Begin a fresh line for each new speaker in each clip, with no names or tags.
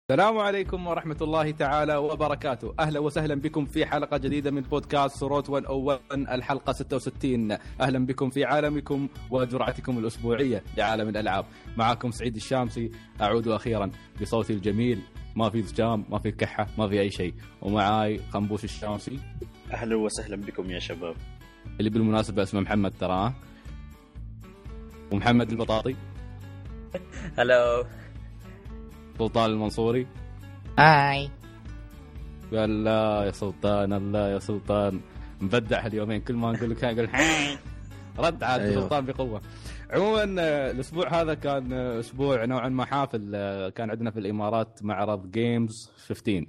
السلام عليكم ورحمة الله تعالى وبركاته. أهلا وسهلا بكم في حلقة جديدة من بودكاست سروت 101 الحلقة 66. أهلا بكم في عالمكم وجرعتكم الأسبوعية لعالم الألعاب. معكم سعيد الشامسي، أعود أخيرا بصوتي الجميل، ما في زجام، ما في كحة، ما في أي شيء. ومعاي خنبوش الشامسي.
أهلا وسهلا بكم يا شباب.
اللي بالمناسبة اسمه محمد تراه. ومحمد البطاطي.
هلو.
سلطان المنصوري.
هاي.
الله يا سلطان، الله يا سلطان، مبدع هاليومين، كل ما نقول لك اقول هاي رد عاد. أيوه. سلطان بقوة. عموما الاسبوع هذا كان اسبوع نوعا ما حافل. كان عندنا في الامارات معرض جيمز 15،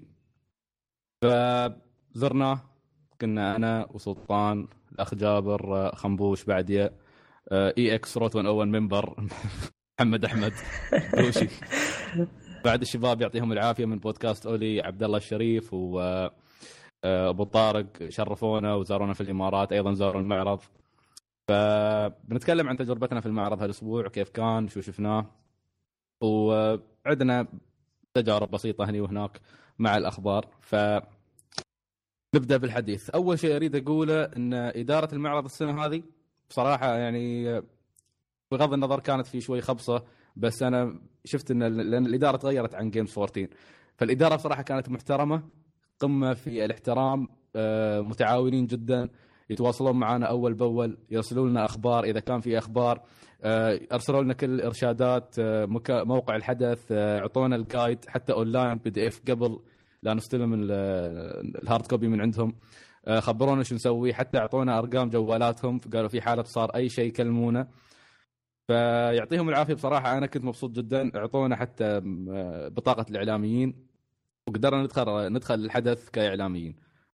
فزرناه. كنا انا وسلطان، الاخ جابر، خنبوش بعدي، اي اكس روت 101 ممبر محمد احمد دوشي، بعد الشباب يعطيهم العافيه من بودكاست اولي، عبد الله الشريف وابو طارق شرفونا وزارونا في الامارات، ايضا زاروا المعرض. فبنتكلم عن تجربتنا في المعرض هالاسبوع، كيف كان، شو شفناه، وعندنا تجارب بسيطه هني وهناك مع الاخبار. فنبدا بالحديث. اول شيء اريد اقوله ان اداره المعرض السنه هذه بصراحه يعني بغض النظر كانت في شوي خبصه، بس انا شفت ان لان الاداره تغيرت عن جيمز 14، فالاداره بصراحه كانت محترمه، قمه في الاحترام، متعاونين جدا، يتواصلون معنا اول باول، يرسلوا لنا اخبار اذا كان في اخبار، ارسلوا لنا كل الارشادات، موقع الحدث، اعطونا الجايد حتى اونلاين PDF قبل لا نستلم الهارد كوبي من عندهم، خبرونا شو نسوي، حتى اعطونا ارقام جوالاتهم، قالوا في حاله صار اي شيء كلمونا. فيعطيهم العافيه بصراحه، انا كنت مبسوط جدا. اعطونا حتى بطاقه الاعلاميين وقدرنا ندخل الحدث كاعلاميين.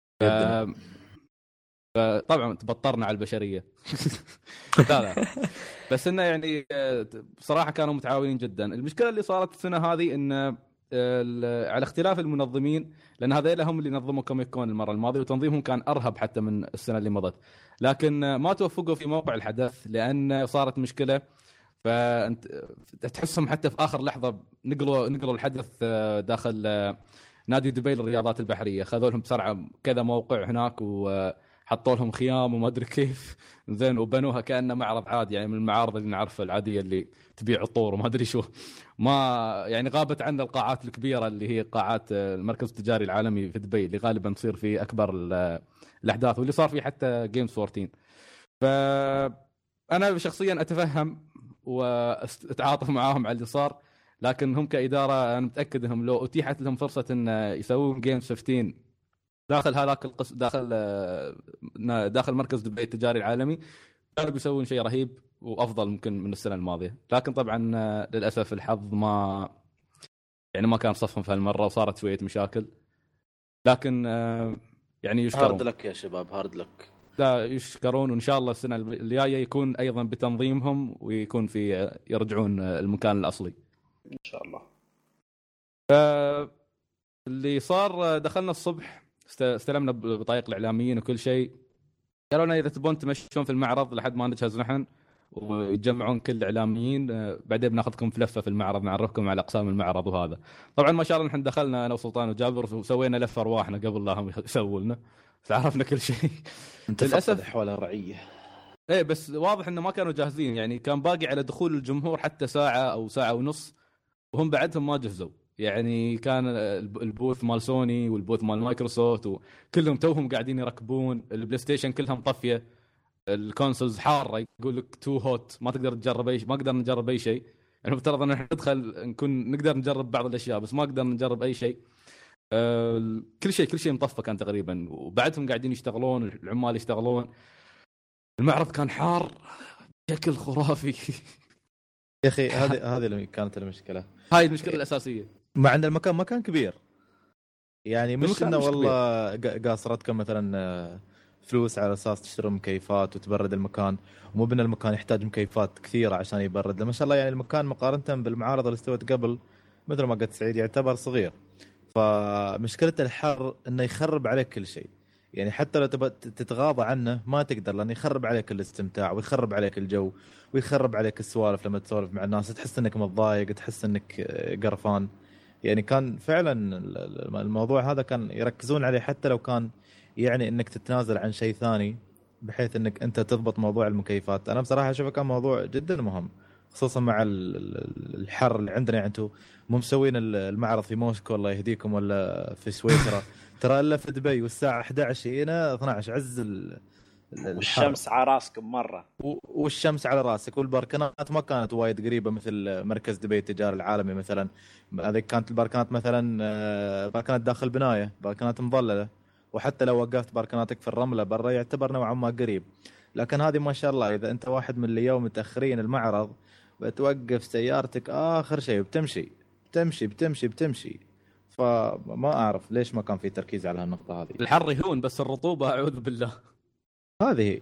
فطبعا تبطرنا على البشريه لا بس انه يعني بصراحه كانوا متعاونين جدا. المشكله اللي صارت السنه هذه ان على اختلاف المنظمين، لان هذول هم اللي نظموا كوميك كون المره الماضيه، وتنظيمهم كان ارهب حتى من السنه اللي مضت، لكن ما توفقوا في موقع الحدث لان صارت مشكله. فانت تحسهم حتى في اخر لحظه نقلوا الحدث داخل نادي دبي للرياضات البحريه، خذوا لهم بسرعه كذا موقع هناك وحطوا لهم خيام وما ادري كيف، زين، وبنوها كانه معرض عادي، يعني من المعارض اللي نعرفها العاديه اللي تبيع عطور وما ادري شو. ما يعني غابت عنا القاعات الكبيره اللي هي قاعات المركز التجاري العالمي في دبي، اللي غالبا تصير فيه اكبر الاحداث، واللي صار فيه حتى جيمز 14. فانا شخصيا اتفهم واتعاطف معاهم على اللي صار، لكن هم كإدارة أنا متأكد أنهم لو أتيحت لهم فرصة أن يسوون جيمز 15 داخل هذاك داخل مركز دبي التجاري العالمي، كانوا بيسوون شيء رهيب وأفضل ممكن من السنة الماضية. لكن طبعا للأسف الحظ ما كان صفهم في هالمرة، وصارت شوية مشاكل، لكن يعني يشكرون.
هارد لك يا شباب، هارد لك.
لا يشكرون، وإن شاء الله السنة الجاية يكون أيضا بتنظيمهم، ويكون في يرجعون المكان الأصلي
إن شاء الله.
اللي صار، دخلنا الصبح، استلمنا بطايق الإعلاميين وكل شيء، قالوا لنا إذا تبون تمشون في المعرض لحد ما نجهز نحن ويتجمعون كل الإعلاميين، بعدين بناخذكم في لفة في المعرض، نعرفكم على أقسام المعرض. وهذا طبعا ما شاء الله نحن دخلنا أنا وسلطان وجابر وسوينا لفة أرواحنا قبل لا هم يسووا لنا، تعرفنا كل شيء.
للأسف حول الرعية.
ايه بس واضح انه ما كانوا جاهزين، يعني كان باقي على دخول الجمهور حتى ساعة او ساعة ونص، وهم بعدهم ما جهزوا. يعني كان البوث مال سوني والبوث مال مايكروسوفت وكلهم توهم قاعدين يركبون، البلاي ستيشن كلها مطفية، الكونسولز حارة، يقول لك تو هوت، ما تقدر تجرب اي شيء، ما قدرنا نجرب اي شيء. يعني مفترض ان احنا ندخل نقدر نجرب بعض الاشياء، بس ما قدرنا نجرب اي شيء. كل شيء مطفى كان تقريبا، وبعدهم قاعدين يشتغلون، العمال يشتغلون. المعرض كان حار بشكل خرافي
يا اخي هذه اللي كانت المشكله،
هاي المشكله الاساسيه،
مع ان المكان ما كان كبير، يعني مش انه والله
كبير.
قاصرتكم مثلا فلوس على اساس تشترون مكيفات وتبرد المكان، ومو بان المكان يحتاج مكيفات كثيره عشان يبرد. ما شاء الله يعني المكان مقارنه بالمعارض اللي استوت قبل، مثل ما قلت سعيد، يعتبر صغير. فمشكله الحر انه يخرب عليك كل شيء، يعني حتى لو تبغى تتغاضى عنه ما تقدر، لانه يخرب عليك الاستمتاع ويخرب عليك الجو ويخرب عليك السوالف. لما تسولف مع الناس تحس انك متضايق، تحس انك قرفان. يعني كان فعلا الموضوع هذا كان يركزون عليه، حتى لو كان يعني انك تتنازل عن شيء ثاني بحيث انك انت تضبط موضوع المكيفات. انا بصراحه اشوفه كان موضوع جدا مهم، خصوصا مع الحر اللي عندنا. يعني انتم مو مسوين المعرض في موسكو الله يهديكم ولا في سويسرا، ترى الا في دبي والساعه 11 هنا 12 عز الحر،
والشمس على راسكم مره،
والشمس على راسك، والباركنات ما كانت وايد قريبه مثل مركز دبي التجاري العالمي مثلا. هذه كانت الباركنات مثلا باركنات داخل بنايه، باركنات مظلله، وحتى لو وقفت باركناتك في الرمله برا يعتبر نوعا ما قريب. لكن هذه ما شاء الله اذا انت واحد من اليوم متاخرين المعرض بتوقف سيارتك اخر شيء وبتمشي بتمشي. فما اعرف ليش ما كان في تركيز على هالنقطه هذه.
الحر يهون بس الرطوبه اعوذ بالله.
هذه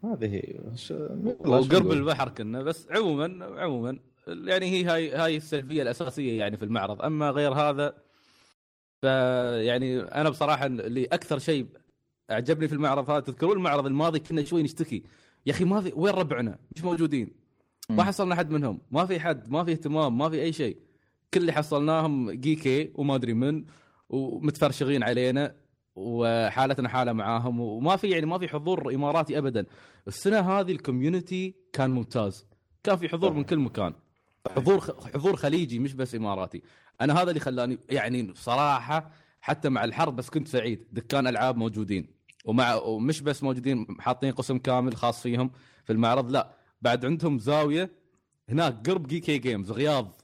وقرب البحر كنا. بس عموما يعني هاي السلبيه الاساسيه يعني في المعرض. اما غير هذا يعني انا بصراحه اللي اكثر شيء اعجبني في المعرض هذا، تذكرون المعرض الماضي كنا شوي نشتكي يا اخي ما في، وين ربعنا مش موجودين، ما حصلنا حد منهم، ما في حد، ما في اهتمام، ما في اي شيء. كل اللي حصلناهم جيكي وما ادري من، ومتفرشغين علينا وحالتنا حاله معاهم، وما في يعني ما في حضور اماراتي ابدا. السنه هذه الكوميونتي كان ممتاز، كان في حضور من كل مكان، حضور خليجي مش بس اماراتي. انا هذا اللي خلاني يعني بصراحه حتى مع الحرب بس كنت سعيد. دكان العاب موجودين، ومش بس موجودين حاطين قسم كامل خاص فيهم في المعرض، لا بعد عندهم زاويه هناك قرب جيكي جيمز غياض.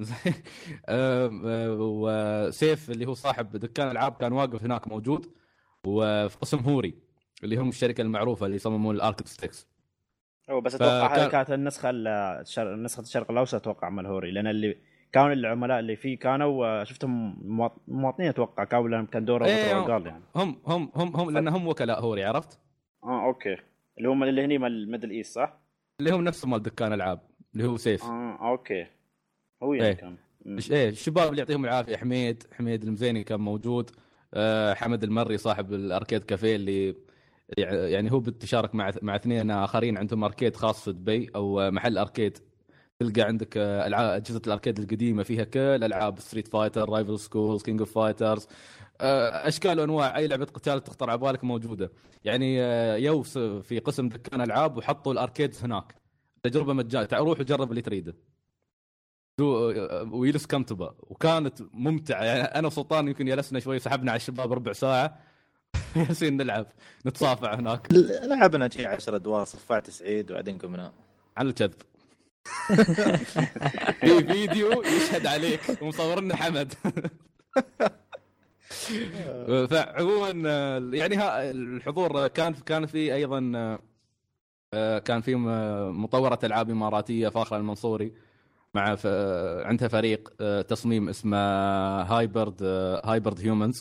وسيف اللي هو صاحب دكان العاب كان واقف هناك موجود، وفي قسم هوري اللي هم الشركه المعروفه اللي يصممون الاركت ستيكس.
بس اتوقع هذه كانت نسخه الشرق الاوسط اتوقع مال هوري، لان اللي كانوا العملاء اللي فيه كانوا شفتهم مواطنين اتوقع، كان دوره قال يعني
هم لانهم وكلاء هوري، عرفت؟
اوكي، اللي هم اللي هني مال الميدل ايست صح،
اللي هم نفسهم مال دكان العاب اللي هو سيف.
اوكي هو يعني كان
الشباب اللي يعطيهم العافيه، حميد المزيني كان موجود، حمد المري صاحب الاركيد كافيه اللي يعني هو بالتشارك مع اثنين اخرين عندهم اركيد خاص في دبي او محل اركيد. تلقى عندك اجهزه الاركيد القديمه فيها كل العاب ستريت فايتر، رايفل سكولز، كينج اوف فايترز، اشكال وانواع اي لعبه قتال تخطر على بالك موجوده. يعني يوس في قسم دكان العاب وحطوا الاركيد هناك، تجربه مجانيه، روح وجرب اللي تريده. ويلس كمتبه وكانت ممتعه. يعني انا وسلطان يمكن جلسنا شوي، سحبنا على الشباب ربع ساعه ياسين نلعب نتصافع هناك.
لعبنا شيء 10 ادوار، صفعت سعيد وبعدين قمنا
على الكذب. في فيديو يشهد عليك ومصورنا حمد. فعموما يعني الحضور كان في ايضا كان في مطوره العاب اماراتيه فاخره المنصوري، مع عندها فريق تصميم اسمه هايبرد هيومنز،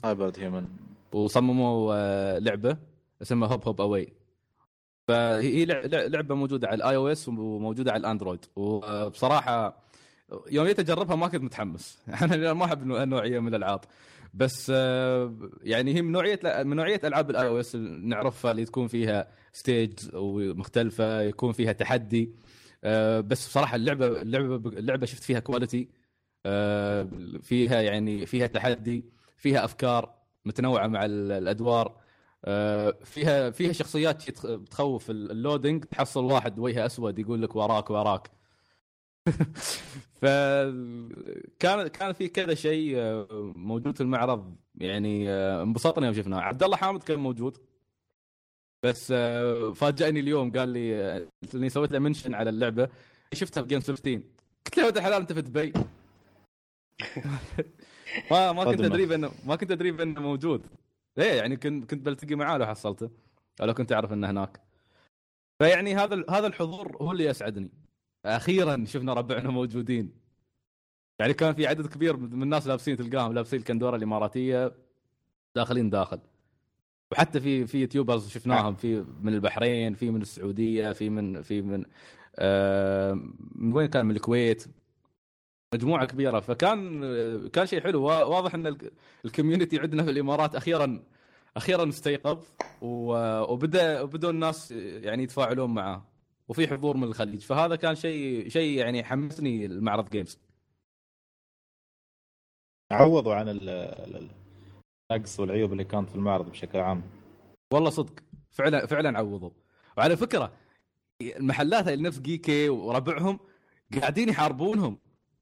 وصمموا لعبه اسمها هوب اواي. فهي لعبه موجوده على الاي او اس وموجوده على الاندرويد. وبصراحه يوم جيت اجربها ما كنت متحمس. انا ما احب النوعيه من الالعاب، بس يعني هي من نوعيه العاب الاي او اس نعرفها اللي تكون فيها ستيج ومختلفه، يكون فيها تحدي. بس بصراحه اللعبه شفت فيها كواليتي، فيها يعني فيها تحدي، فيها افكار متنوعه مع الادوار، فيها شخصيات تخوف. اللودينج تحصل واحد وجهه اسود يقول لك وراك. فكان في كذا شيء موجود في المعرض. يعني انبسطنا يوم شفناه. عبد الله حامد كان موجود، بس فاجأني اليوم قال لي اني سويت له منشن على اللعبه، شفتها في جيم 15. قلت له يا حلال انت في دبي. ما كنت ادري بانه موجود. ليه يعني كنت بلتقي معاه لو حصلته، او لو كنت اعرف انه هناك. فيعني هذا الحضور هو اللي يسعدني. اخيرا شفنا ربعنا موجودين. يعني كان في عدد كبير من الناس تلقاهم لابسين الكندوره الاماراتيه داخل. وحتى في يوتيوبرز شفناهم، في من البحرين، في من السعوديه، في من وين كان، من الكويت، مجموعه كبيره. كان شيء حلو. واضح ان الكوميونتي عندنا في الامارات اخيرا استيقظ، وبدأوا الناس يعني يتفاعلون معه، وفي حضور من الخليج. فهذا كان شيء يعني حمسني المعرض جيمز.
عوضوا عن النقص والعيوب اللي كانت في المعرض بشكل عام.
والله صدق فعلا عوضوا. وعلى فكره المحلات اللي نفس جيكي وربعهم قاعدين يحاربونهم،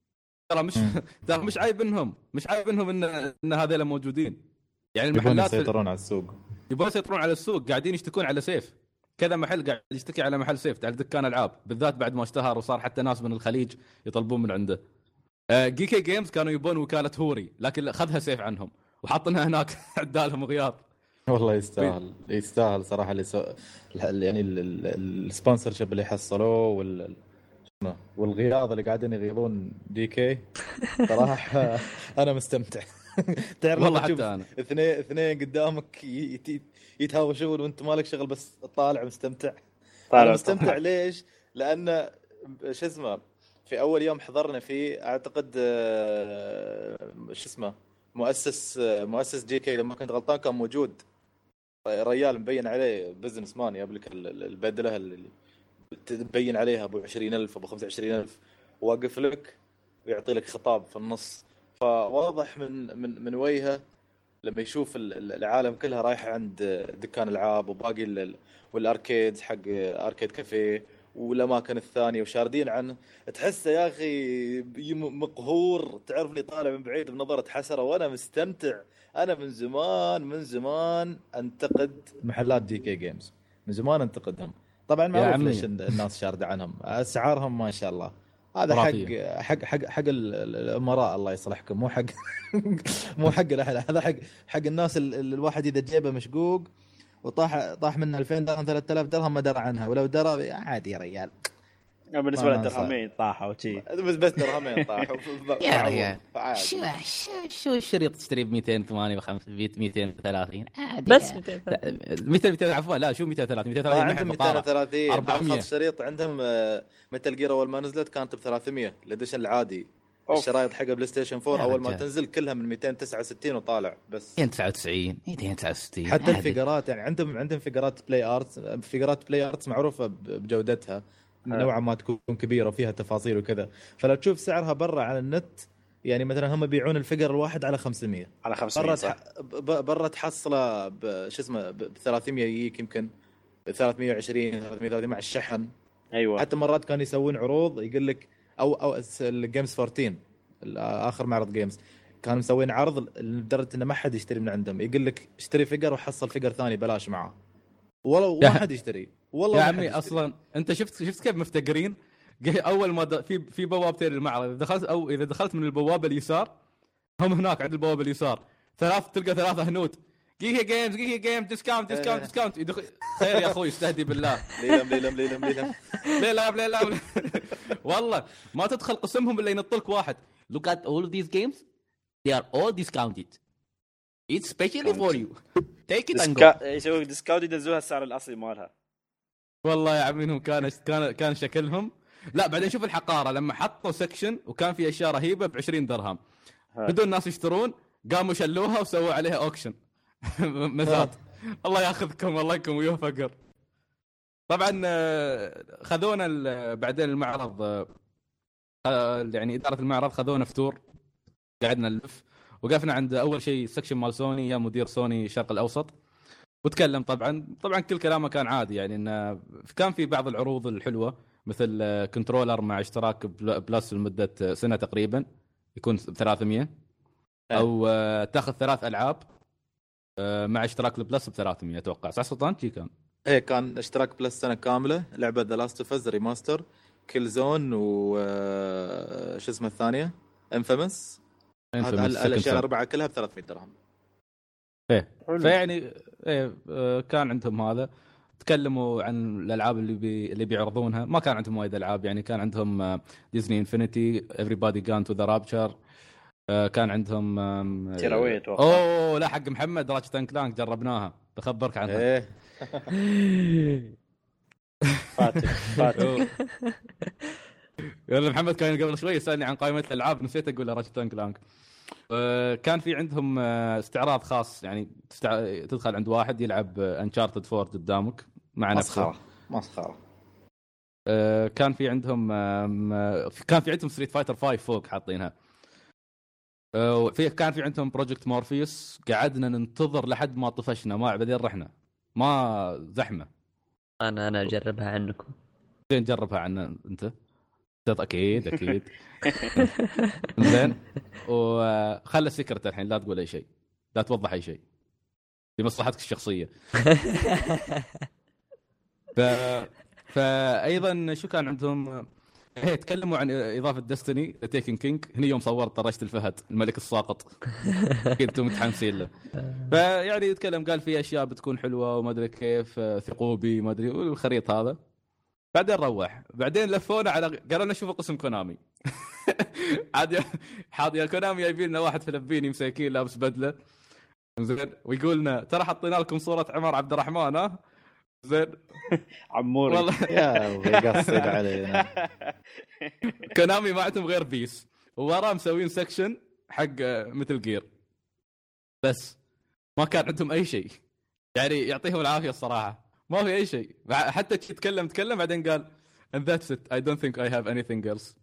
ترى مش عيب انهم ان هذول موجودين. يعني المحلات
يسيطرون على السوق،
يبغون يسيطرون على السوق، قاعدين يشتكون على سيف. كذا محل قاعد يشتكي على محل سيف على دكان العاب بالذات بعد ما اشتهر وصار حتى ناس من الخليج يطلبون من عنده. جيكي جيمز كانوا يبون وكالة هوري لكن اخذها سيف عنهم وحاطنها هناك عدالهم غياض.
والله يستاهل صراحه يعني السبونسر شيب اللي حصلوه والغياض اللي قاعدين يغيظون دي كي صراحه. انا مستمتع. تعرف
والله حتى انا
اثنين قدامك يتهاوشون وانت مالك شغل بس طالع مستمتع.
طالع
مستمتع ليش؟ لان شو اسمه في اول يوم حضرنا فيه اعتقد شو اسمه مؤسس جي كي لما كنت غلطان كان موجود، ريال مبين عليه بزنس مان يبلك البدله اللي تبين عليها ابو 20,000 ابو 25,000 واقف لك ويعطي لك خطاب في النص. فواضح من وجهه لما يشوف العالم كلها رايحه عند دكان العاب وباقي والاركيدز حق اركيد كافيه والاماكن الثانيه وشاردين عنه، تحسه يا اخي مقهور. تعرفني طالع من بعيد بنظره حسره وانا مستمتع. انا من زمان انتقد محلات دي كي جيمز، من زمان انتقدهم. طبعا معروف ليش الناس شارده عنهم، اسعارهم ما شاء الله. هذا حق الامراء الله يصلحكم، مو حق مو حق الاحد. هذا حق الناس الواحد اذا جيبه مشقوق وطاح من 2000 درهم 3000 درهم ما درى عنها، ولو درى عادي يا ريال.
بالنسبه للدرهمين طاحوا وشي،
بس درهمين طاحوا
يا ريال. شو الشريط تشتري ب 258 230 عادي
بس
200 عفوا لا شو 230
عندهم 230 ارخص شريط عندهم متل جير اول ما نزلت كانت ب 300 الاديشن العادي. الشرايط حق بلاي ستيشن 4 اول ما تنزل كلها من 269 وطالع بس
269
حتى الفيجرات يعني عندهم فيجرات بلاي ارتس معروفه بجودتها نوعا ما تكون كبيره وفيها تفاصيل وكذا. فلو تشوف سعرها برا على النت يعني مثلا هم يبيعون الفيجر الواحد على 500 برا تحصله شو اسمه ب 300 يجيك يمكن 320 330 مع الشحن.
ايوه
حتى مرات كانوا يسوون عروض يقول لك او الجيمز 14 اخر معرض جيمز كانوا مسوين عرض لدرجه انه ما حد يشتري من عندهم، يقول لك اشتري فيجر وحصل فيجر ثاني بلاش معه والله ما حد يشتري. والله
يا عمي اصلا انت شفت كيف مفتقرين. اول ما في بوابتين المعرض اذا دخلت من البوابه اليسار هم هناك عند البوابه اليسار تلقى ثلاثه هنود جيكي جيمز ديسكاونت خير يا اخوي استهدي بالله. ليلم والله ما تدخل قسمهم الا ينطلك واحد look at all of these games they are all discounted it's specially for you take it and go.
يسوي ديسكاونت ينزلوها السعر الاصلي مالها.
والله يا عمي كان شكلهم لا. بعدين شوف الحقاره لما حطوا سكشن وكان في اشياء رهيبه ب 20 درهم بدون الناس يشترون قاموا شلوها وسووا عليها اوكشن مزاد. الله ياخذكم الله يكون وياه فقر. طبعا خذونا بعدين المعرض يعني اداره المعرض خذونا فتور قعدنا نلف وقفنا عند اول شيء سكشن مال سوني يا مدير سوني الشرق الاوسط وتكلم. طبعا كل كلامه كان عادي يعني انه كان في بعض العروض الحلوه مثل كنترولر مع اشتراك بلس لمده سنه تقريبا يكون ب 300 او تاخذ 3 العاب مع اشتراك البلس ب 300 اتوقع صح سلطان شي كان.
ايه كان اشتراك بلس سنه كامله لعبه ذا لاست اوف اس ريماستر كيل زون و شو اسمه الثانيه انفيمس. الاشياء الاربعه كلها ب 300 درهم.
ايه فيعني ايه كان عندهم هذا. تكلموا عن الالعاب اللي بيعرضونها. ما كان عندهم وايد العاب يعني كان عندهم ديزني انفينيتي ايفريبادي جان تو ذا رابتشر كان عندهم
تيراويت
اوه لا حق محمد راتشت اند كلانك جربناها بخبرك عنها.
ايه
فاتك
يلا محمد كان قبل شوي يسالني عن قائمه الالعاب نسيت اقول له راتشت اند كلانك. كان في عندهم استعراض خاص يعني تدخل عند واحد يلعب انشارتد 4 قدامك مع نفسه
مسخره.
كان في عندهم ستريت فايتر 5 فوق حاطينها في كان في عندهم بروجكت مورفيوس، قعدنا ننتظر لحد ما طفشنا، ما بعدين رحنا، ما زحمه.
انا اجربها عنكم.
زين جربها عنا انت اكيد زين. وخلى سكرت الحين، لا تقول اي شيء، لا توضح اي شيء لمصلحتك الشخصيه. ف... فايضا شو كان عندهم؟ هي تكلموا عن اضافه دستني تيكن كينج. هني يوم صورت طرشت الفهد الملك الساقط، كنتم متحمسين له. فيعني يتكلم، قال في اشياء بتكون حلوه وما ادري كيف، ثقوا بي ما ادري والخريط هذا. بعدين روح، بعدين لفونا على قالوا لنا شوفوا قسم كونامي. عاد يا كونامي جايبين لنا واحد فلبيني مساكين لابس بدله زين، ويقول لنا ترى حطينا لكم صوره عمر عبد الرحمن ها زين.
عموري
والله
يا بيقصد علينا.
كونامي ما عندهم غير بيس، ووراه مسوين سكشن حق مثل جير، بس ما كان عندهم اي شيء. يعني يعطيهم العافيه الصراحه، ما في اي شيء. حتى تكلم بعدين قال and that's it I don't think I have anything else.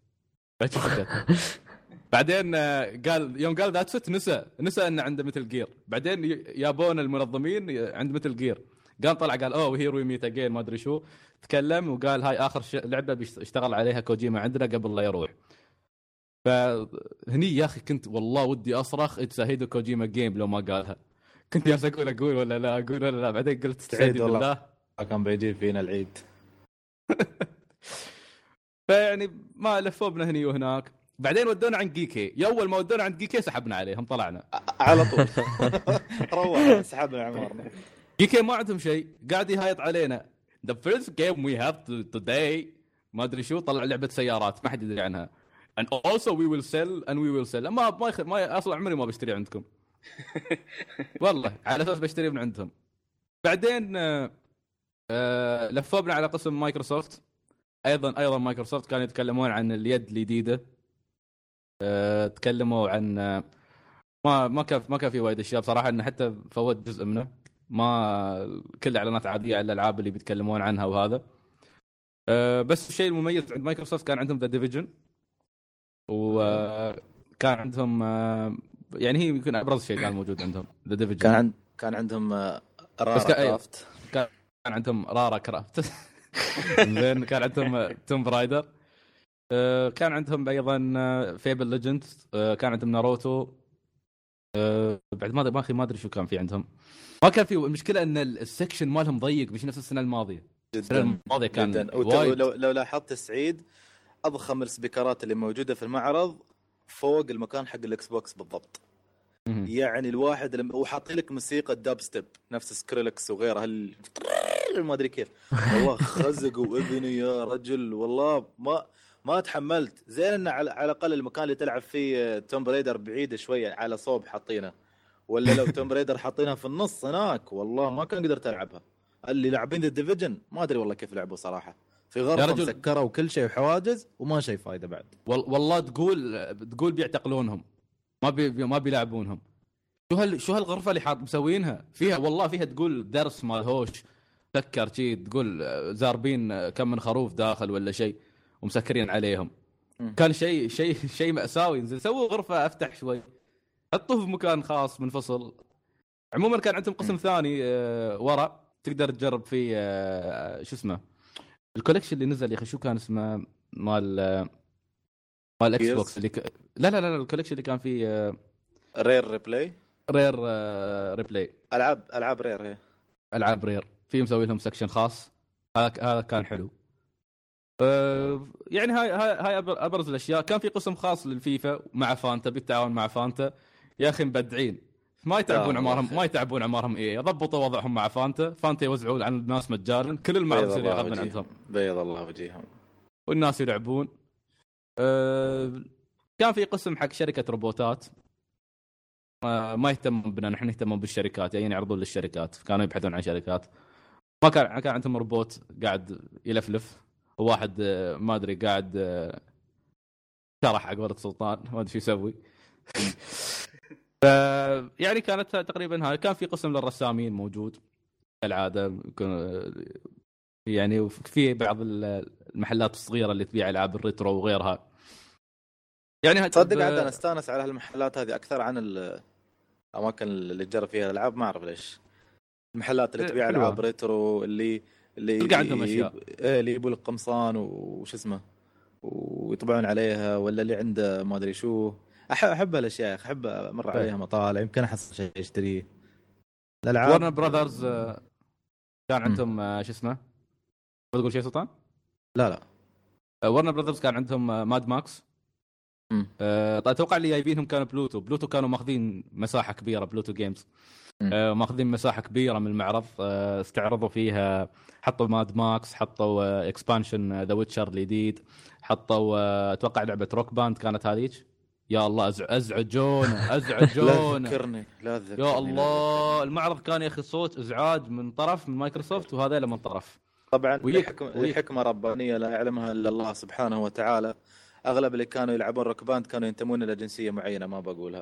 بعدين قال يوم قال that's it نسى انه عنده مثل جير. بعدين يابون المنظمين عند مثل جير، قام طلع قال اوه هير وي ميت اجين ما ادري شو، تكلم وقال هاي اخر لعبه بيشتغل عليها كوجيما عندنا قبل لا يروح. فهني يا اخي كنت والله ودي اصرخ اتساهيدو كوجيما جيم لو ما قالها. كنت يا اقول ولا لا بعدين قلت
سعيد والله كان بيجي فينا العيد.
فيعني ما لفوا بنا هني وهناك. بعدين ودونا عند جيكي، يا اول ما ودونا عند جيكي سحبنا عليهم طلعنا
على طول. روح سحبنا عمارنا.
جيكي ما عندهم شيء، قاعد يهايط علينا the first game we have today ما ادري شو، طلع لعبه سيارات ما حد يدري عنها and also we will sell ما اصلا عمري ما بشتري عندكم. والله على اساس بشتري من عندهم. بعدين لفوا بنا على قسم مايكروسوفت. ايضا مايكروسوفت كانوا يتكلمون عن اليد الجديده. تكلموا عن ما كان في وايد اشياء بصراحه، انه حتى فوت جزء منه، ما كل اعلانات عاديه على الالعاب اللي بيتكلمون عنها وهذا. بس الشيء المميز عند مايكروسوفت كان عندهم ذا ديفيجن، وكان عندهم يعني هي يمكن ابرز شيء كان موجود عندهم ذا ديفيجن.
كان عندهم رارا كرافت،
كان عندهم رارا كرافت. زين كان عندهم توم برايدر، كان عندهم ايضا فيبل ليجندز، كان عندهم ناروتو. بعد ما ادري شو كان في عندهم. ما كان في. المشكله ان السكشن مالهم ضيق مش نفس السنه الماضيه. السنه الماضيه كان
لو لاحظت سعيد اضخم السبيكرات اللي موجوده في المعرض فوق المكان حق الاكس بوكس بالضبط. يعني الواحد لما وحاطين لك موسيقى داب ستيب نفس سكريلكس وغيرها ما ادري كيف، والله خزق واذني يا رجل. والله ما تحملت. زين ان على الاقل المكان اللي تلعب فيه توم بريدر بعيد شويه على صوب حاطينه، ولا لو توم بريدر حاطينها في النص هناك والله ما كان قدرت العبها. اللي لاعبين الديفيجن ما ادري والله كيف لعبوا صراحه، في غرفه مسكره وكل شيء وحواجز وما شيء فايده بعد.
والله تقول بيعتقلونهم، ما بيلعبونهم. شو هالغرفه اللي مسوينها فيها؟ والله فيها تقول درس مال هوش سكر شيء، تقول زاربين كم من خروف داخل ولا شيء ومسكرين عليهم. كان شيء مأساوي. ينزل سووا غرفه افتح شوي، حطوه في مكان خاص منفصل. عموما كان عندهم قسم ثاني ورا تقدر تجرب فيه شو اسمه الكولكشن اللي نزل يا اخي، شو كان اسمه مال اكس بوكس اللي لا الكولكشن اللي كان فيه
رير ريبلاي العاب رير. هي
العاب رير في مسوي لهم سكشن خاص. هذا كان حلو. يعني هاي ابرز الاشياء. كان في قسم خاص للفيفا مع فانتا، بالتعاون مع فانتا. يا اخي مبدعين، ما يتعبون عمارهم ايه، يضبطوا وضعهم مع فانتا يوزعون على الناس مجانا. كل المعرض اللي ياخذ من عندهم
بيض الله وجيههم
والناس يلعبون. كان في قسم حق شركه روبوتات، ما يهتم بنا، نحن نهتم بالشركات، يعني يعرضون للشركات. كانوا يبحثون عن شركات. ما كان عندهم روبوت قاعد يلفلف، وواحد ما ادري قاعد شرح على قولة سلطان ما ادري شو يسوي. يعني كانت تقريبا هاي. كان في قسم للرسامين موجود كالعاده، يعني في بعض المحلات الصغيره اللي تبيع العاب الريترو وغيرها. يعني
تصدق عاد انا استانس على هالمحلات هذه اكثر عن الاماكن اللي تجرب فيها الالعاب. ما اعرف ليش المحلات اللي تبيع
حلوة.
العاب ريترو اللي
تلقى عندهم أشياء.
اللي يبوا لك قمصان وش اسمه ويطبعون عليها، ولا اللي عنده ما ادري شو. احب هالاشياء، احب امر عليها مطالع يمكن احصل شيء اشتريه. الالعاب
ورنر براذرز كان عندهم شو اسمه، بتقول شيء سلطان؟
لا
ورنر براذرز كان عندهم ماد ماكس. اتوقع اللي جايبينهم كانوا بلوتو كانوا ماخذين مساحه كبيره، بلوتو جيمز ماخذين مساحه كبيره من المعرض. استعرضوا فيها، حطوا ماد ماكس، حطوا اكسبانشن ذا ويتشر الجديد، حطوا اتوقع لعبه روك باند كانت هذيك. يا الله ازعجون
لا تذكرني
يا الله. المعرض كان يا اخي صوت ازعاج من طرف من مايكروسوفت وهذا من طرف.
طبعا الحكمه ربانيه لا يعلمها الا الله سبحانه وتعالى. اغلب اللي كانوا يلعبون روك باند كانوا ينتمون الى جنسيه معينه ما بقولها.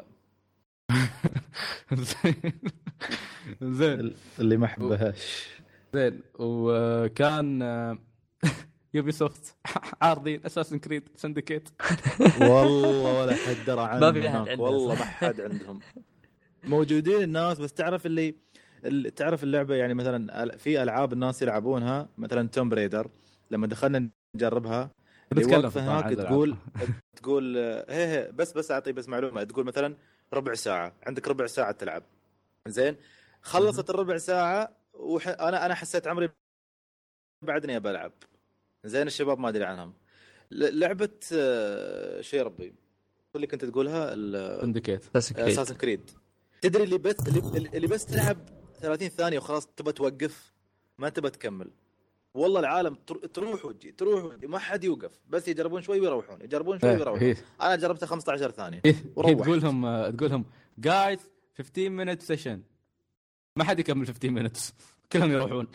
زين
اللي ما احبهاش.
زين. وكان يوبي سوفت عارضين اساسن كريد سندكيت.
والله ولا حد درى عنه.
ما في أحد
والله ما حد عندهم. موجودين الناس بس تعرف اللي تعرف اللعبه يعني مثلا في العاب الناس يلعبونها مثلا توم بريدر لما دخلنا نجربها
بتكلم
هناك تقول هي بس اعطي بس معلومه. تقول مثلا ربع ساعه، عندك ربع ساعه تلعب. زين خلصت الربع ساعه انا حسيت عمري بعدني بلعب. زين الشباب ما ادري عنهم. لعبه شيء ربي اللي كنت تقولها
سندكيت
اساسن كريد. تدري اللي بس تلعب 30 ثانيه وخلاص تبى توقف، ما تبى تكمل. والله العالم تروح وتجي ما حد يوقف، بس يجربون شوي ويروحون، يجربون شوي ويروحون. انا جربتها 15 ثانيه
تقولهم جايز 15 minute session، ما حد يكمل 15 minutes، كلهم يروحون.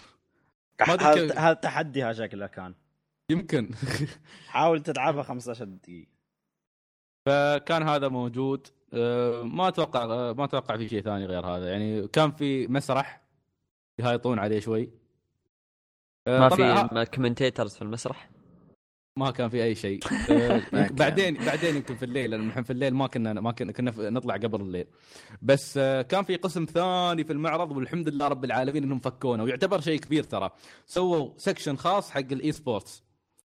هذا تحدي شكله كان
يمكن.
حاول تلعبها 15 دقيقه.
فكان هذا موجود. ما اتوقع في شيء ثاني غير هذا. يعني كان في مسرح يهايطون عليه شوي.
ما في كومنتيترز في المسرح،
ما كان في اي شيء. بعدين يمكن في الليل، لان نحن في الليل ما كنا نطلع قبل الليل. بس كان في قسم ثاني في المعرض، والحمد لله رب العالمين انهم فكونه، ويعتبر شيء كبير ترى. سووا سكشن خاص حق الاي سبورتس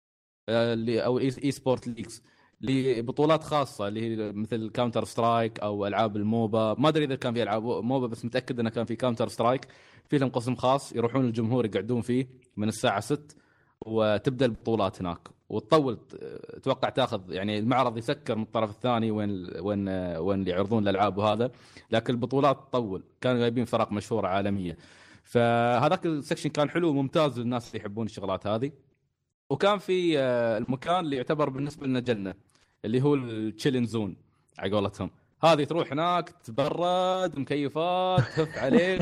او اي سبورت ليجز، لبطولات خاصه اللي هي مثل كاونتر سترايك او العاب الموبا. ما ادري اذا كان في العاب موبا، بس متاكد انه كان في كاونتر سترايك. في لهم قسم خاص يروحون الجمهور يقعدون فيه من الساعه 6 وتبدا البطولات هناك، وتطول. اتوقع تاخذ يعني المعرض يسكر من الطرف الثاني وين اللي يعرضون الالعاب وهذا، لكن البطولات تطول. كانوا جايبين فرق مشهوره عالميه. فهذاك السكشن كان حلو وممتاز للناس اللي يحبون الشغلات هذه. وكان في المكان اللي يعتبر بالنسبه لنا جنه، اللي هو التشيلن زون على قولتهم. هذه تروح هناك تبرد، مكيفات تهف عليك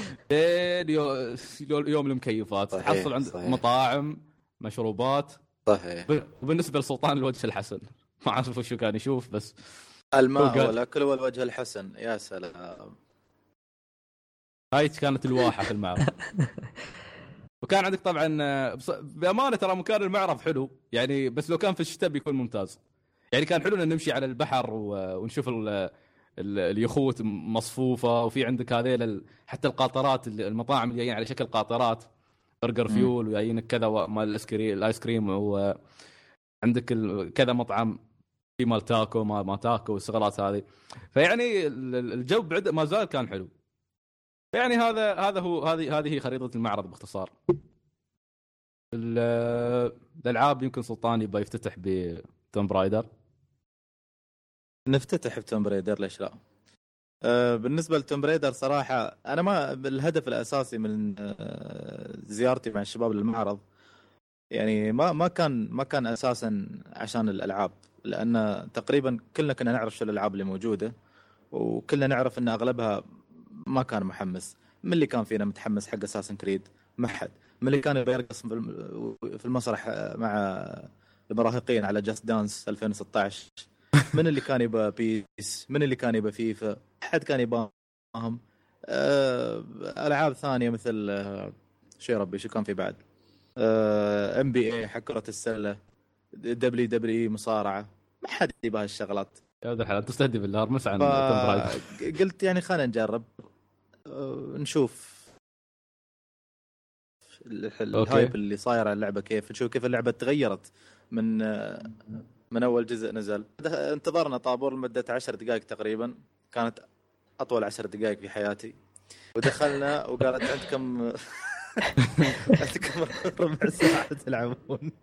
يوم المكيفات. تحصل عند مطاعم، مشروبات.
صحيح.
وبالنسبه لسلطان الوجه الحسن، ما اعرف وش كان يشوف، بس
الماء والاكل والوجه الحسن. يا سلام.
هاي كانت الواحه في المعرض. وكان عندك طبعا بامانه ترى مكان المعرض حلو يعني، بس لو كان في الشتاء بيكون ممتاز. يعني كان حلو ان نمشي على البحر ونشوف اليخوت مصفوفه، وفي عندك هذيل حتى القاطرات، المطاعم اللي جايين على شكل قاطرات، برجر فيول وجايينك كذا مال الايس كريم، وعندك كذا مطعم في مال تاكو ما تاكو والشغلات هذه. فيعني الجو ما زال كان حلو. يعني هذا هو هذه هي خريطه المعرض باختصار. الالعاب يمكن سلطان يبغى يفتتح بتوم برايدر.
نفتتح بتوم برايدر ليش لا. بالنسبه لتوم برايدر صراحه انا ما الهدف الاساسي من زيارتي مع الشباب للمعرض يعني ما كان اساسا عشان الالعاب، لان تقريبا كلنا كنا نعرف شو الالعاب اللي موجوده، وكلنا نعرف ان اغلبها ما كان محمس. من اللي كان فينا متحمس حق اساسن كريد ما حد. من اللي كان يبغى يرقص في المسرح مع المراهقين على جاست دانس 2016 من اللي كان يبغى بيس، من اللي كان يبغى فيفا، حد كان يبغاهم. العاب ثانيه مثل شو ربي شو كان في بعد NBA حق كرة السله، WWE مصارعه، ما حد يبغى الشغلات.
يا ولد الحلال تستهدي بالله ارمس عن
قلت يعني خلينا نجرب نشوف الهايب اللي صاير على اللعبه كيف، نشوف كيف اللعبه تغيرت من اول جزء نزل. انتظرنا طابور لمده 10 دقائق تقريبا، كانت اطول 10 دقائق في حياتي. ودخلنا وقالت عندكم ربع ساعه تلعبون.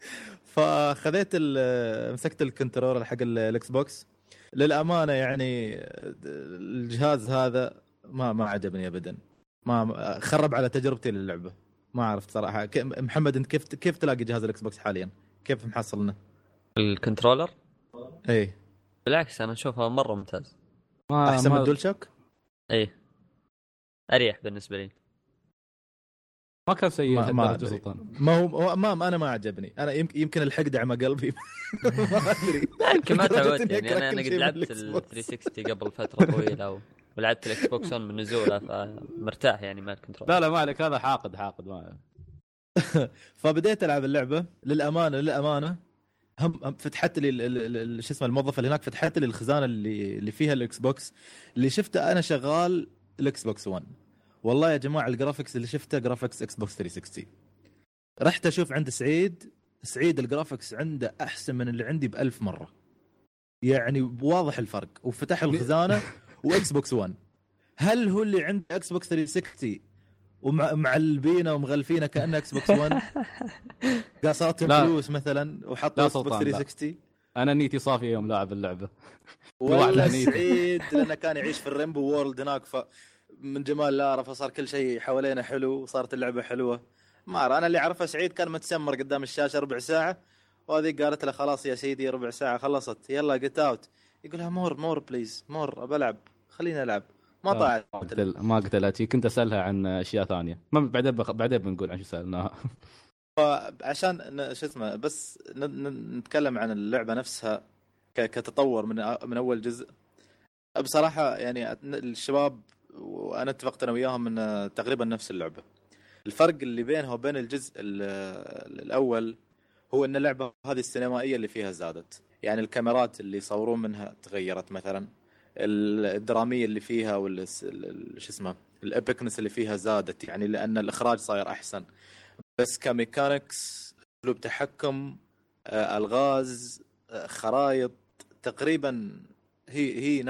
فخذيت مسكت الكنترولر حق الاكس بوكس. للامانه يعني الجهاز هذا ما عجبني ابدا، ما خرب على تجربتي للعبه. ما عرفت صراحه. محمد انت كيف تلاقي جهاز الاكس بوكس حاليا؟ كيف محصلنا
الكنترولر؟
ايه
بالعكس انا اشوفه مره ممتاز،
احسن من الدول شوك.
ايه اريح بالنسبه لي،
ما كان سيء
لهالدرجه سلطان. ما هو ما انا ما عجبني. انا يمكن الحقد عمى قلبي. ما ادري
يمكن ما تعودت يعني. انا قد لعبت ال 360 قبل فتره طويله ولعبت الاكس بوكس من نزوله، فمرتاح يعني مع الكنترول.
لا ما عليك، هذا حاقد ما
فبديت العب اللعبه. للامانه هم فتحت لي شو اسمه الموظف اللي هناك فتحت لي الخزانه اللي فيها الاكس بوكس اللي شفته انا شغال الاكس بوكس 1. والله يا جماعه الجرافيكس اللي شفته جرافيكس اكس بوكس 360. رحت اشوف عند سعيد الجرافيكس عنده احسن من اللي عندي ب1000 مره، يعني واضح الفرق. وفتح الخزانه واكس بوكس 1. هل هو اللي عنده اكس بوكس 360 ومعلبينه ومغلفينه كانه اكس بوكس 1 قاصاتهم فلوس مثلا وحطوا اكس بوكس 360؟
انا نيتي صافيه يوم لاعب اللعبه.
والله سعيد لانه كان يعيش في الريمبو وورلد هناك، من جمال لا عرفه صار كل شيء حوالينا حلو وصارت اللعبه حلوه. ما أرى. انا اللي اعرفه سعيد كان متسمر قدام الشاشه ربع ساعه، وهذه قالت له خلاص يا سيدي ربع ساعه خلصت يلا جيت اوت. يقولها مور بليز مور بلعب خليني العب. ما طلعت.
ما قتلتي. كنت اسالها عن اشياء ثانيه، ما بعدين بنقول عن شو سالناها.
فعشان شو اسمه بس نتكلم عن اللعبه نفسها كتطور من اول جزء. بصراحه يعني الشباب وانا اتفقت انا وياهم من تقريبا نفس اللعبه. الفرق اللي بينها وبين الجزء الاول هو ان اللعبه هذه السينمائيه اللي فيها زادت، يعني الكاميرات اللي يصورون منها تغيرت مثلا، الدراميه اللي فيها ولا شو اسمه الابيكنس اللي فيها زادت، يعني لان الاخراج صاير احسن. بس كميكانكس اسلوب تحكم الغاز خرايط تقريبا هي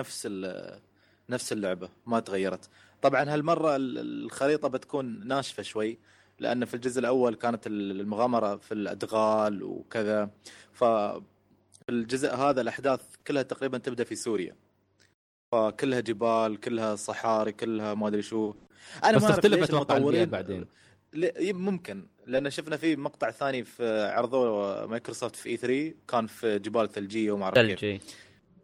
نفس اللعبه ما تغيرت. طبعا هالمره الخريطه بتكون ناشفه شوي، لان في الجزء الاول كانت المغامره في الادغال وكذا. فالجزء هذا الاحداث كلها تقريبا تبدا في سوريا، فكلها جبال كلها صحاري كلها ما ادري شو. انا
بس
ما
تختلف اتوقع بعدين
ممكن، لان شفنا في مقطع ثاني في عرضوا مايكروسوفت في E3 كان في جبال ثلجيه وما اعرف كيف.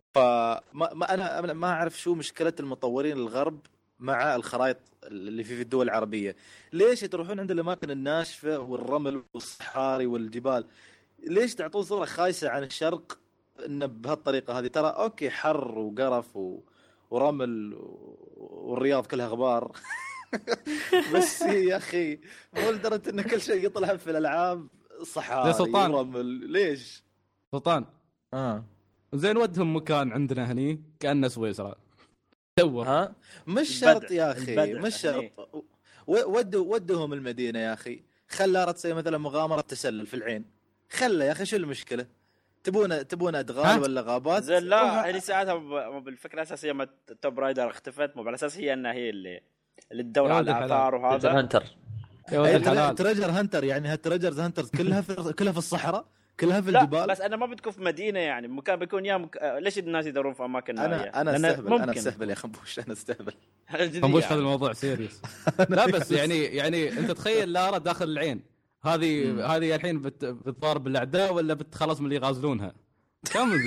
فما انا ما اعرف شو مشكله المطورين الغرب مع الخرائط اللي في الدول العربيه. ليش تروحون عند الاماكن الناشفه والرمل والصحاري والجبال؟ ليش تعطون صوره خايسه عن الشرق انه بهالطريقه هذه؟ ترى اوكي حر وقرف ورمل والرياض كلها غبار بس يا اخي مو لدرجه ان كل شيء يطلع في الالعاب صحاري ورمل. ليش
سلطان؟ زين ودهم مكان عندنا هني كأنه سويسرا دور.
مش شرط يا اخي، مش شرط. ودهم المدينه يا اخي. خلها تسوي مثلا مغامره تسلل في العين، خلها يا اخي. شو المشكله؟ تبون ادغال ولا غابات؟
زين لا اللي ساعتها بالفكره الاساسيه ما توب رايدر اختفت، مو بالاساس هي انها هي اللي تدور على الاثار وهذا
هنتر.
تريجر هانتر، يعني هالتريجرز هانترز كلها في الصحراء كلها في الجبال.
بس انا ما بتكون في مدينه، يعني مكان بيكون ليش الناس يدورون في اماكن
انا استهبل يا خنبوش. انا استهبل
خنبوش هذا الموضوع سيريس. لا بس يعني انت تخيل لارا داخل العين هذه الحين بتضارب الاعداء ولا بتخلص من اللي يغازلونها؟ كم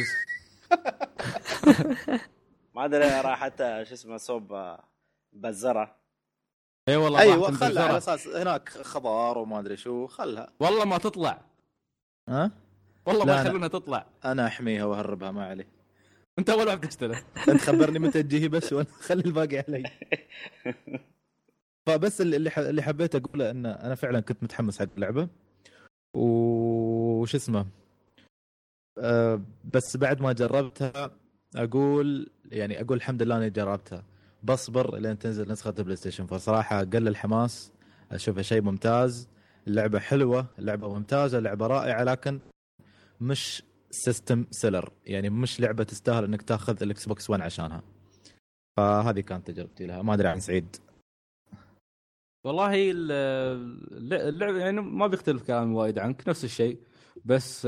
ما ادري راحت شو اسمه صوب بزره.
اي والله
ايوه خلها على اساس هناك خضار وما ادري شو. خلها
والله ما تطلع. والله ما يخلونها تطلع.
انا احميها واهربها ما عليه.
انت اول واحد تشتغل.
انت خبرني متى تجيه بس خلي الباقي علي. فبس اللي حبيت اقوله ان انا فعلا كنت متحمس حق اللعبه وش اسمه بس بعد ما جربتها اقول الحمد لله اني جربتها. بصبر لين تنزل نسخه البلاي ستيشن 4. صراحه قل الحماس، اشوفها شيء ممتاز. اللعبه حلوه، اللعبه ممتازه، اللعبه رائعه، لكن مش سيستم سيلر، يعني مش لعبه تستاهل انك تاخذ الاكس بوكس 1 عشانها. فهذه كانت تجربتي لها. ما ادري عن سعيد.
والله اللعبه يعني ما بيختلف كلامي وايد عنك، نفس الشيء. بس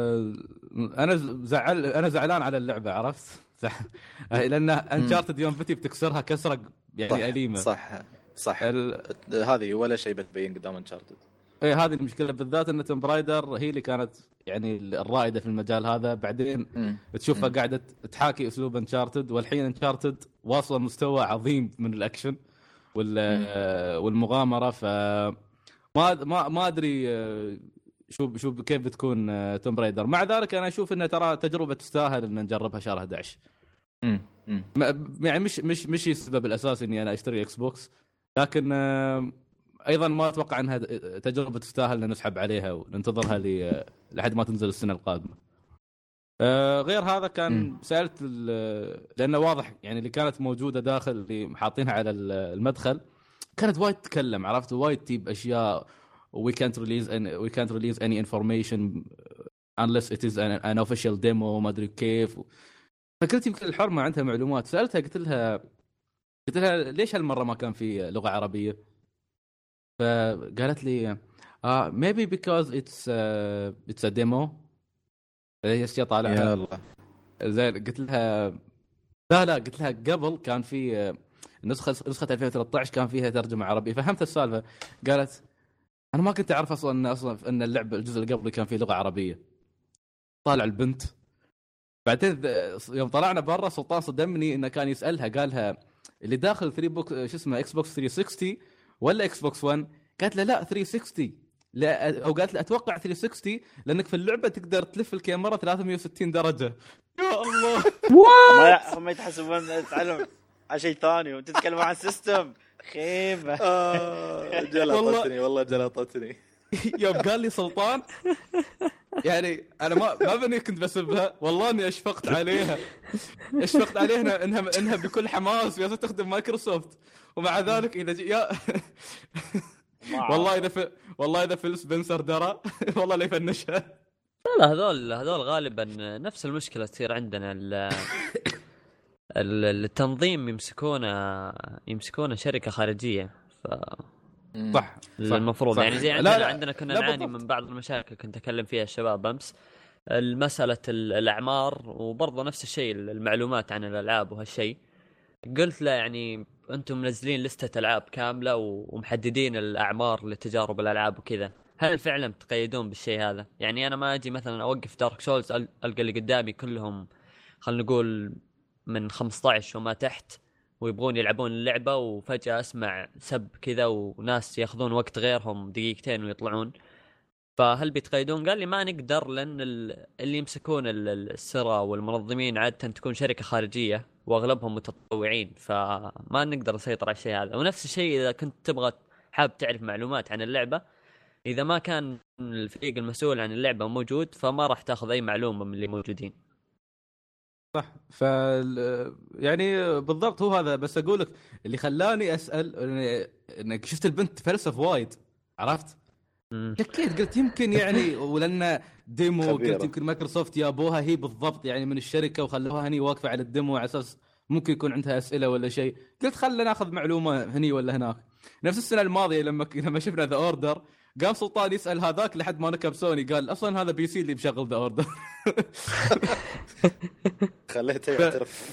انا زعلان على اللعبه، عرفت؟ لان انشارتد يوم بتي بتكسرها كسره يعني
صح
اليمه.
صح هذه ولا شيء بتبين قدام انشارتد.
ايه هذه المشكله بالذات، ان توم برايدر هي اللي كانت يعني الرائده في المجال هذا. بعدين تشوفها قاعده تحاكي اسلوب انشارتد، والحين انشارتد واصله مستوى عظيم من الاكشن والمغامره. ف ما ادري شو كيف بتكون توم برايدر. مع ذلك انا اشوف انها ترى تجربه تستاهل ان نجربها شهر 11. يعني مش السبب الاساسي اني انا اشتري اكس بوكس، لكن ايضا ما اتوقع انها تجربه تستاهل ان نسحب عليها وننتظرها لحد ما تنزل السنه القادمه. غير هذا كان سالت لانه واضح يعني اللي كانت موجوده داخل اللي حاطينها على المدخل كانت وايد تتكلم، عرفت؟ وايد تجيب اشياء we can't release any information unless it is an official demo ما ادري كيف. فقلت يمكن الحر ما عندها معلومات. سالتها قلت لها ليش هالمره ما كان في لغه عربيه؟ فقالت لي maybe because it's a demo. هي اشياء طالعه.
يا الله
زين. قلت لها لا قلت لها قبل كان في نسخه 2013 كان فيها ترجمه عربيه. فهمت السالفه. قالت انا ما كنت اعرف اصلا ان اللعبه الجزء اللي قبل كان فيه لغه عربيه. طالع البنت بعدين يوم طلعنا برا سلطان صدمني انه كان يسالها، قالها اللي داخل 3 بوكس شو اسمه اكس بوكس 360 ولا اكس بوكس 1؟ قالت له لا 360. لا، او قالت له اتوقع 360 لانك في اللعبه تقدر تلف الكاميرا 360 درجه. يا الله
هم يتحسبون تعلم على شيء ثاني وانت تتكلم عن سيستم خيبه.
جلطتني والله جلطتني.
يوم قال لي سلطان يعني انا ما بني كنت بسبها، والله اني اشفقت عليها انها بكل حماس يا تخدم مايكروسوفت. ومع ذلك اذا يا والله اذا فيل سبنسر درى والله لا يفنشها.
لا هذول غالبا نفس المشكله تصير عندنا. التنظيم يمسكونه شركه خارجيه.
صح
المفروض صح. يعني زي عندنا كنا نعاني من بعض المشاكل كنت أكلم فيها الشباب أمس، المسألة الأعمار وبرضه نفس الشيء المعلومات عن الألعاب وهالشيء. قلت له يعني أنتم منزلين لستة ألعاب كاملة ومحددين الأعمار لتجارب الألعاب وكذا، هل فعلا تقيدون بالشيء هذا؟ يعني أنا ما أجي مثلا أوقف دارك سولز ألقى اللي قدامي كلهم خلنا نقول من 15 وما تحت ويبغون يلعبون اللعبة، وفجأة أسمع سب كذا وناس يأخذون وقت غيرهم دقيقتين ويطلعون. فهل بيتقيدون؟ قال لي ما نقدر لأن اللي يمسكون السرى والمنظمين عادة تكون شركة خارجية وأغلبهم متطوعين، فما نقدر نسيطر على الشيء هذا. ونفس الشيء إذا كنت تبغى حاب تعرف معلومات عن اللعبة، إذا ما كان الفريق المسؤول عن اللعبة موجود فما راح تأخذ أي معلومة من اللي موجودين.
صح. يعني بالضبط هو هذا. بس اقول لك اللي خلاني اسال انك شفت البنت تفلسف وايد، عرفت؟ شكيت قلت يمكن يعني ولنا ديمو قلت يمكن مايكروسوفت جابوها هي بالضبط يعني من الشركه وخلوها هني واقفه على الديمو على اساس ممكن يكون عندها اسئله ولا شيء. قلت خلينا ناخذ معلومه هني ولا هناك. نفس السنه الماضيه لما شفنا ذا اوردر قام سلطان يسال هذاك لحد ما نكب سوني قال اصلا هذا بي سي اللي مشغل ذا اوردر.
خليته يعترف.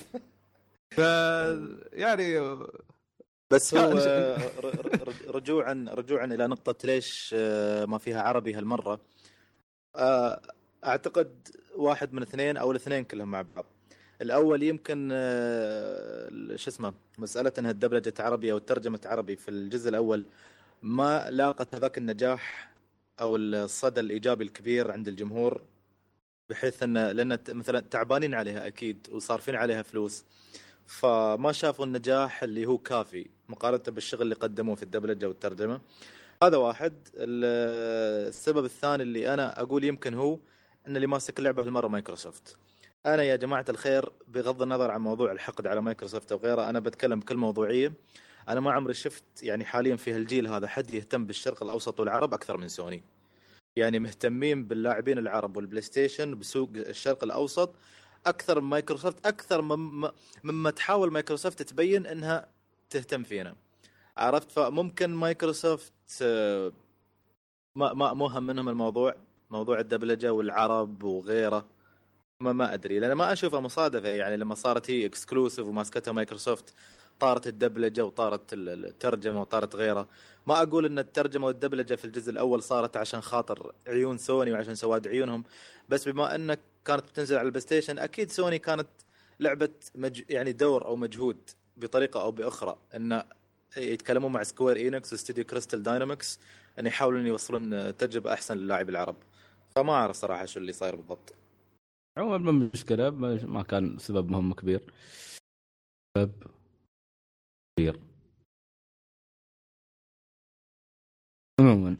يعني
بس هو رجوعا الى نقطه ليش ما فيها عربي هالمره. اعتقد واحد من اثنين او الاثنين كلهم مع بعض. الاول يمكن شو اسمه مساله انها الدبلجه عربي او ترجمه عربي في الجزء الاول ما لاقت هذاك النجاح او الصدى الايجابي الكبير عند الجمهور، بحيث ان لان مثلا تعبانين عليها اكيد وصارفين عليها فلوس، فما شافوا النجاح اللي هو كافي مقارنه بالشغل اللي قدموه في الدبلجه والترجمه. هذا واحد. السبب الثاني اللي انا اقول يمكن هو ان اللي ماسك اللعبه بالمره مايكروسوفت. انا يا جماعه الخير بغض النظر عن موضوع الحقد على مايكروسوفت او غيره، انا بتكلم بكل موضوعيه. انا ما عمري شفت يعني حاليا في هالجيل هذا حد يهتم بالشرق الاوسط والعرب اكثر من سوني. يعني مهتمين باللاعبين العرب والبلاي ستيشن بسوق الشرق الاوسط اكثر من مايكروسوفت، اكثر مما تحاول مايكروسوفت تبين انها تهتم فينا. عرفت؟ فممكن مايكروسوفت ما هم منهم الموضوع، موضوع الدبلجه والعرب وغيره. ما ادري، لان ما اشوفها مصادفه. يعني لما صارت هي اكسكلوسيف وماسكتها مايكروسوفت، طارت الدبلجه وطارت الترجمه وطارت غيره. ما اقول ان الترجمه والدبلجه في الجزء الاول صارت عشان خاطر عيون سوني وعشان سواد عيونهم، بس بما انك كانت بتنزل على البلاي ستيشن، اكيد سوني كانت لعبه يعني دور او مجهود بطريقه او باخرى ان يتكلموا مع سكوير إينكس واستوديو كريستال داينامكس ان يحاولون يوصلون تجربه احسن للاعب العرب. فما اعرف صراحه شو اللي صاير بالضبط.
عموما ما مشكله، ما كان سبب مهم كبير. سبب كبير عموما.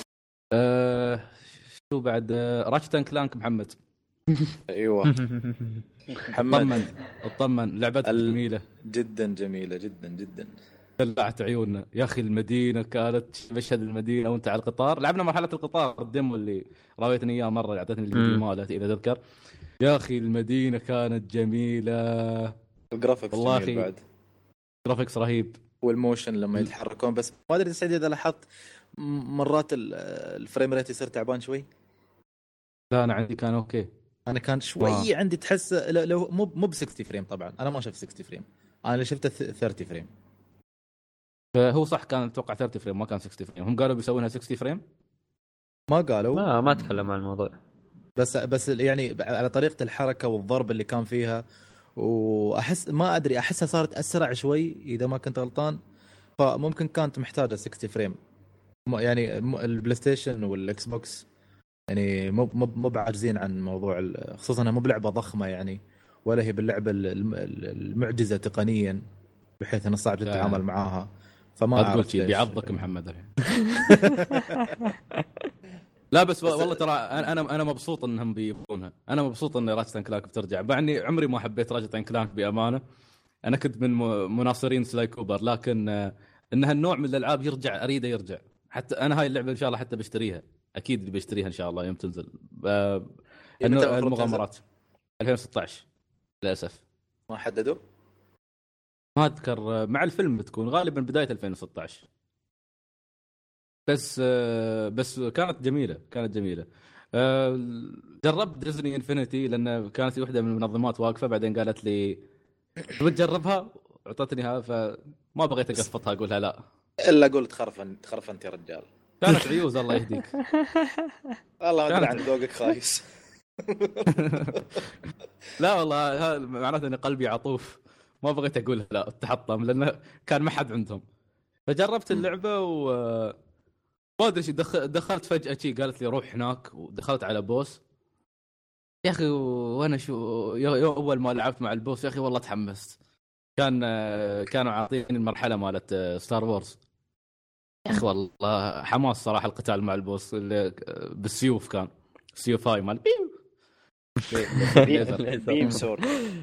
شو بعد؟ راتشت اند كلانك محمد.
ايوه
محمد اطمن لعبتك جميله
جدا، جميله جدا جدا.
دلعت عيوننا يا اخي. المدينه كانت مشهد المدينه وانت على القطار. لعبنا مرحله القطار الديمو اللي راويتني اياه مره، اعطتني الفيديو ماله اذا تذكر. يا اخي المدينه كانت جميله،
الجرافيكس جميل بعد،
جرافيكس رهيب،
والموشن لما يتحركون. بس ما ادري سعيد اذا لاحظت مرات الفريم ريت يصير تعبان شوي.
لا انا عندي كان اوكي.
انا كان شوي عندي تحس لو مو ب 60 فريم. طبعا انا ما شفت 60 فريم، انا اللي شفته 30 فريم.
فهو صح كان اتوقع 30 فريم ما كان 60 فريم. هم قالوا بيسوونها 60 فريم،
ما قالوا،
ما تكلم عن الموضوع.
بس يعني على طريقه الحركه والضرب اللي كان فيها. واحس ما ادري، احسها صارت اسرع شوي اذا ما كنت غلطان. فممكن كانت محتاجه 60 فريم. يعني البلاي ستيشن والاكس بوكس يعني مو بعاجزين عن موضوع، خصوصا انها مو بلعبه ضخمه يعني، ولا هي باللعبه المعجزه تقنيا بحيث انه صعب تتعامل معاها. فما
تقول شيء بيعضك محمد الحين. لا بس والله ترى انا مبسوط انهم بيبونها. انا مبسوط ان راتشت اند كلانك بترجع، مع اني عمري ما حبيت راتشت اند كلانك بامانه. انا كنت من مناصرين سلاي كوبر، لكن ان هالنوع من الالعاب يرجع اريده يرجع. حتى انا هاي اللعبه ان شاء الله حتى بشتريها، اكيد اللي بشتريها ان شاء الله يوم تنزل. المغامرات 2016 للاسف
ما حددوا،
ما اذكر. مع الفيلم بتكون غالبا بدايه 2016. بس كانت جميله. جربت ديزني انفينيتي لان كانت واحده من المنظمات واقفه، بعدين قالت لي بتجربها، اعطتنيها فما بغيت اقفطها اقولها لا
الا قلت خرفنت يا رجال.
كانت عيوز الله يهديك.
والله ما ادري عن ذوقك خايس.
لا والله معناته ان قلبي عطوف، ما بغيت اقولها لا تحطم لانه كان ما حد عندهم. فجربت اللعبه ما ادري شو دخلت فجاه شي قالت لي روح هناك، ودخلت على بوس. يا اخي وانا اول ما لعبت مع البوس يا اخي والله تحمست. كانوا عاطيني المرحله مالت ستار وورز. يا اخي والله حماس صراحه القتال مع البوس اللي بالسيوف، كان سيوف هاي مال
بيم سور.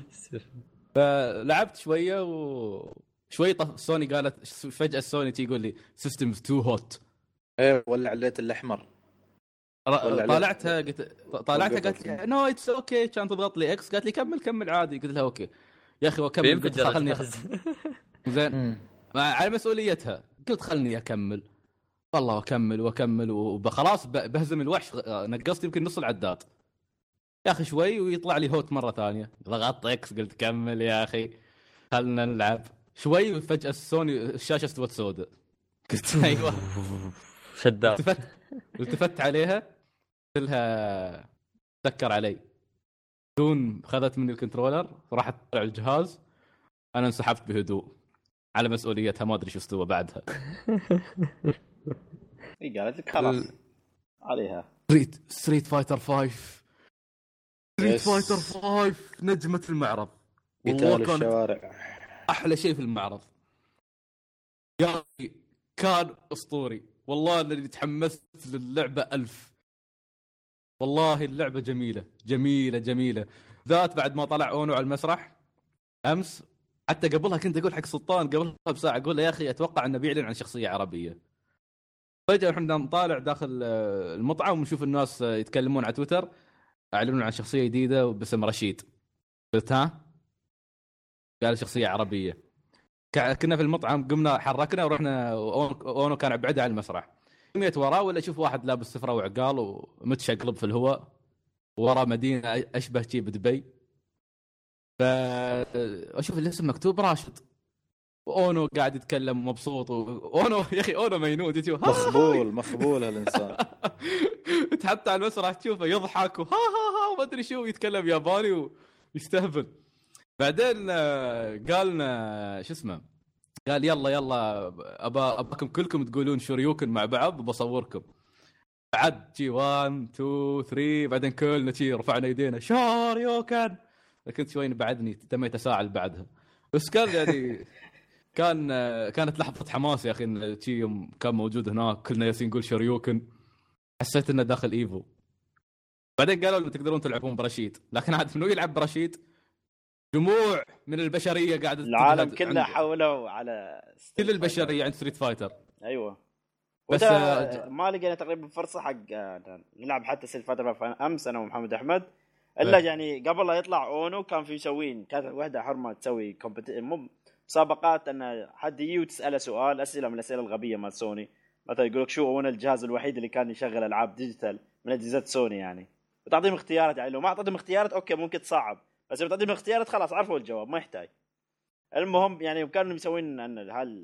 فلعبت شويه وشوي سوني قالت فجاه، سوني تقول لي سيستمز تو هوت.
ايه ولع الليت الاحمر.
طالعتها قالت لي نو اتس اوكي، كان تضغط لي اكس قالت لي كمل عادي. قلت لها اوكي يا اخي وكمل. قلت خلني زين على مسؤوليتها. قلت خلني اكمل والله واكمل وخلاص بهزم الوحش. نقصت يمكن نص العداد يا اخي شوي ويطلع لي هوت مره ثانيه. ضغطت اكس قلت كمل يا اخي خلنا نلعب شوي. وفجاه السوني الشاشه استوت سوداء. قلت ايوه
شداد.
التفت عليها قلت لها سكر علي دون. خذت مني الكنترولر وراحت تطلع الجهاز. انا انسحبت بهدوء على مسؤوليتها. ما ادري شو استوى بعدها.
اي قالت لك خلاص عليها.
ستريت فايتر 5 نجمة المعرض.
قتال الشوارع
احلى شيء في المعرض يا اخي. كان اسطوري والله. اللي تحمست للعبه 1000. والله اللعبه جميله جميله جميله، ذات بعد ما طلع اونو على المسرح امس. حتى قبلها كنت اقول حق سلطان قبلها بساعه، اقول له يا اخي اتوقع انه بيعلن عن شخصيه عربيه. فجاه احنا نطالع داخل المطعم ونشوف الناس يتكلمون على تويتر اعلنوا عن شخصيه جديده باسم رشيد. قلت ها؟ قال شخصيه عربيه. كنا في المطعم قمنا حركنا ورحنا، اونو كان بعيد عن المسرح، قمت وراه ولا اشوف واحد لابس سفره وعقال ومتشقلب في الهواء ورا مدينه اشبه شيء بدبي. فاشوف الاسم مكتوب راشد، واونو قاعد يتكلم مبسوط اونو يا اخي اونو مينود
مخبول هالانسان.
حتى على المسرح تشوفه يضحك وها ها وما ادري شو، يتكلم ياباني ويستهبل. بعدين قالنا شو اسمه، قال يلا اباكم كلكم تقولون شوريوكن مع بعض وبصوركم. بعد جي 1 2 3 بعدين كلنا شي رفعنا يدينا شوريوكن. كنت شوي بعدني تميت اساعد بعدها، بس كان يعني كانت لحظه حماس يا اخي ان شي يوم كان موجود هناك كلنا ياسين نقول شوريوكن، حسيت انه داخل ايفو. بعدين قالوا لنا تقدرون تلعبون برشيد، لكن عاد منو يلعب برشيد؟ جموع من البشريه قاعده
العالم كله حولوا على
كل البشريه عند ستريت فايتر.
ايوه بس ما لقينا تقريبا فرصه حق نلعب حتى ستريت فايتر امس انا ومحمد احمد الا يعني قبل لا يطلع اونو كان في يسوين، كانت وحده حرمه تسوي مسابقات ان حد يجي وتساله سؤال، اسئله من الاسئله الغبيه مال سوني، مثلا يقول لك شو هو الجهاز الوحيد اللي كان يشغل العاب ديجيتال من اجهزه سوني يعني، وتعطيهم اختيارات. يعني لو ما اعطيتهم اختيارات اوكي ممكن تصعب، بس لو تعطيهم اختيارات خلاص عرفوا الجواب ما يحتاج. المهم يعني كانوا مسوين ان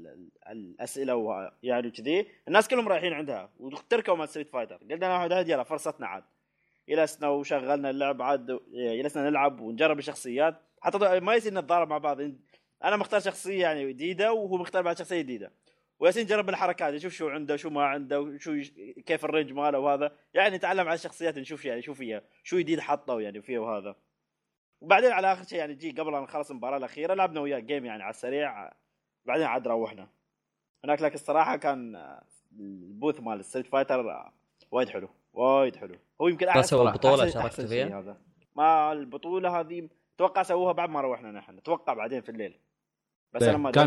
الاسئله يعني كذي، الناس كلهم رايحين عندها وتركوا مال ستريت فايتر. قلنا واحد هدي يلا فرصتنا عاد، جلسنا وشغلنا اللعب عاد، جلسنا نلعب ونجرب الشخصيات حتى ما يصير نتضارب مع بعض. انا مختار شخصيه يعني جديده وهو مختار بعد شخصيه جديده، وياسين جرب الحركات يشوف شو عنده شو ما عنده وشو كيف الرينج ماله وهذا، يعني نتعلم على الشخصيات نشوف يعني شو فيها شو جديد حطه يعني فيه وهذا. وبعدين على اخر شيء يعني جي قبل ان نخلص المباراه الاخيره لعبنا وياه جيم يعني على السريع، بعدين عاد روحنا هناك. لكن الصراحه كان البوث مال ستريت فايتر وايد حلو وايد حلو. هو يمكن
احسن بطوله شاركت فيها
هذا. ما البطوله هذه اتوقع سووها بعد ما روحنا نحن، اتوقع بعدين في الليل. بس لما
كان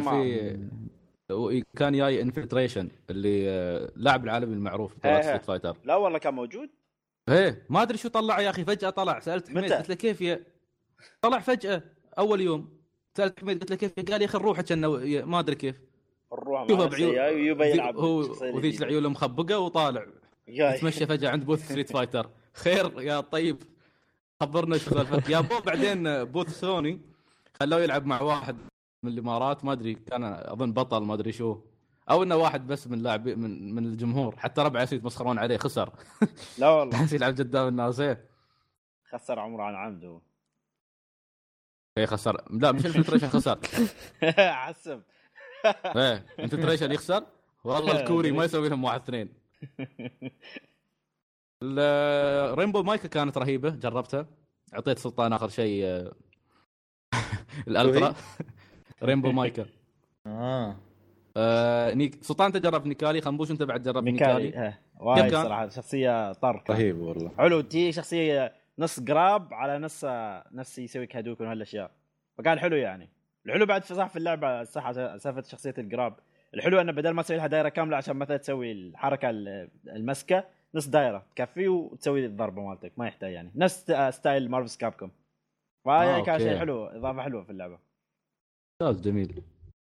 كان جاي انفلتريشن اللي لاعب العالمي المعروف بطولة ستريت فايتر.
لا والله كان موجود.
ما ادري شو طلع يا اخي، فجاه طلع. سالت حميد قلت له كيف طلع فجاه اول يوم. سالت حميد قلت له كيف، قال يا اخي نروح كأنه ما ادري كيف
نروح مع يبي يلعب
هو وذيك العيون مخبقه وطالع يتمشى فجاه عند بوث ستريت فايتر. خير يا طيب خبرنا شو سالفه يا بو. بعدين بوث سوني خلوه يلعب مع واحد من الامارات ما ادري كان اظن بطل ما ادري شو، او انه واحد بس من لاعب من الجمهور. حتى ربع ياسين يتمسخرون عليه خسر.
لا والله
يلعب قدام الناس
خسر عمره عن عمده.
خسر لا مش الفلتريشن خسر
عسب.
الفلتريشن يخسر والله. الكوري ما يسوي لهم 1-2. الرينبو مايكا كانت رهيبه جربتها. اعطيت سلطان اخر شيء الالترا رينبو مايكا. نيك سلطان تجرب نيكالي. خنبوش انت بعد جرب نيكالي.
وايد صراحه شخصيه طرق
رهيب والله
حلو. تي شخصيه نص قراب على نص يسوي كادوك وهالاشياء، فكان حلو يعني. الحلو بعد في اللعبه صح سالفه شخصيه القراب. الحلو انه بدل ما تسوي لها دائره كامله عشان مثلا تسوي الحركه المسكه نص دائره تكفي وتسوي الضربه مالتك ما يحتاج يعني نفس ستايل مارفلز كابكوم. فهي كان شيء حلو، اضافه حلوه في اللعبه.
جميل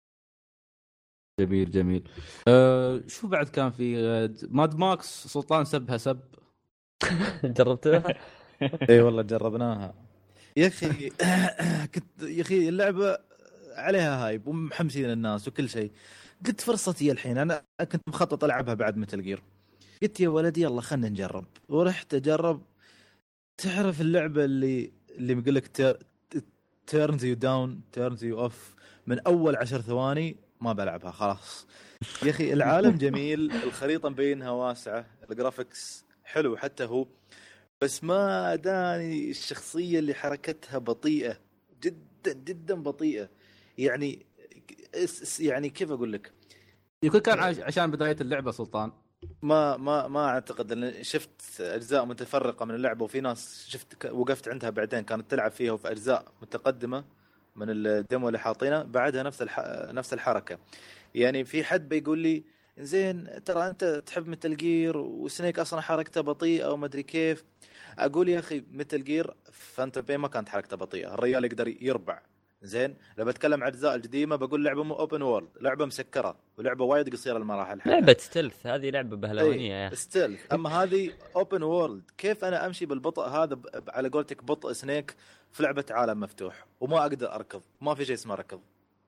جميل جميل. شو بعد كان في ماد ماكس سلطان سبها سب.
جربتها؟
اي والله جربناها يا اخي. كنت يا اخي اللعبه عليها هايب ومحمسين الناس وكل شيء. قلت فرصتي الحين، انا كنت مخطط العبها بعد متل جير. قلت يا ولدي يلا خلنا نجرب، ورحت اجرب. تعرف اللعبه اللي بيقول لك تيرنز يو داون تيرنز يو اوف من اول 10 ثواني ما بلعبها خلاص. يا اخي العالم جميل، الخريطه مبينها واسعه، الجرافيكس حلو حتى هو، بس ما داني الشخصيه اللي حركتها بطيئه جدا جدا بطيئه. يعني كيف اقول لك،
يمكن كان عشان بدايه اللعبه سلطان
ما اعتقد ان شفت اجزاء متفرقه من اللعبه، وفي ناس شفت وقفت عندها بعدين كانت تلعب فيها وفي اجزاء متقدمه من الديمو اللي حاطينه بعدها نفس الحركه. يعني في حد بيقول لي زين ترى انت تحب متل جير وسنيك اصلا حركته بطيئه وما ادري كيف. اقول يا اخي متل جير فانتوم بين ما كانت حركته بطيئه، الرجال يقدر يربع. زين لو بتكلم عن الاجزاء القديمه بقول لعبه مو اوبن وورلد، لعبه مسكره ولعبه وايد قصيره المراحل حقها.
لعبه ستيلث، هذه لعبه بهلوانيه يا اخي.
ستيلث، اما هذه اوبن وورلد. كيف انا امشي بالبطء هذا على قولتك بطء سنيك في لعبه عالم مفتوح وما اقدر اركض؟ ما في شيء اسمه ركض.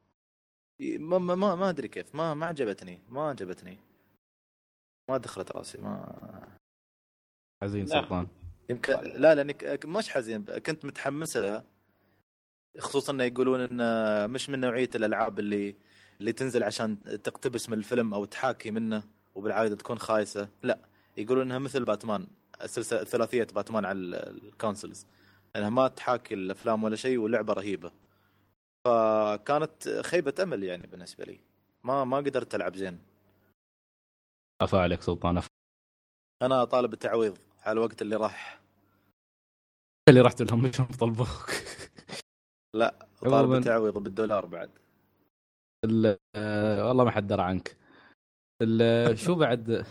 ما ادري كيف، ما عجبتني ما دخلت راسي. ما
حزين سلطان.
يمكن لا لانك مش حزين، كنت متحمس لها، خصوصا انه يقولون ان مش من نوعيه الالعاب اللي تنزل عشان تقتبس من الفيلم او تحاكي منه وبالعاده تكون خايسه. لا، يقولون انها مثل باتمان، السلسله ثلاثيه باتمان على الكونسولز، انها ما تحاكي الافلام ولا شيء، ولعبه رهيبه. فكانت خيبه امل يعني بالنسبه لي، ما قدرت العب زين.
عفا عليك سلطان.
انا طالب التعويض على الوقت اللي راح.
اللي رحت لهم مش طلبوك.
لا، طالب التعويض بالدولار بعد.
والله ما حد درى عنك. شو بعد؟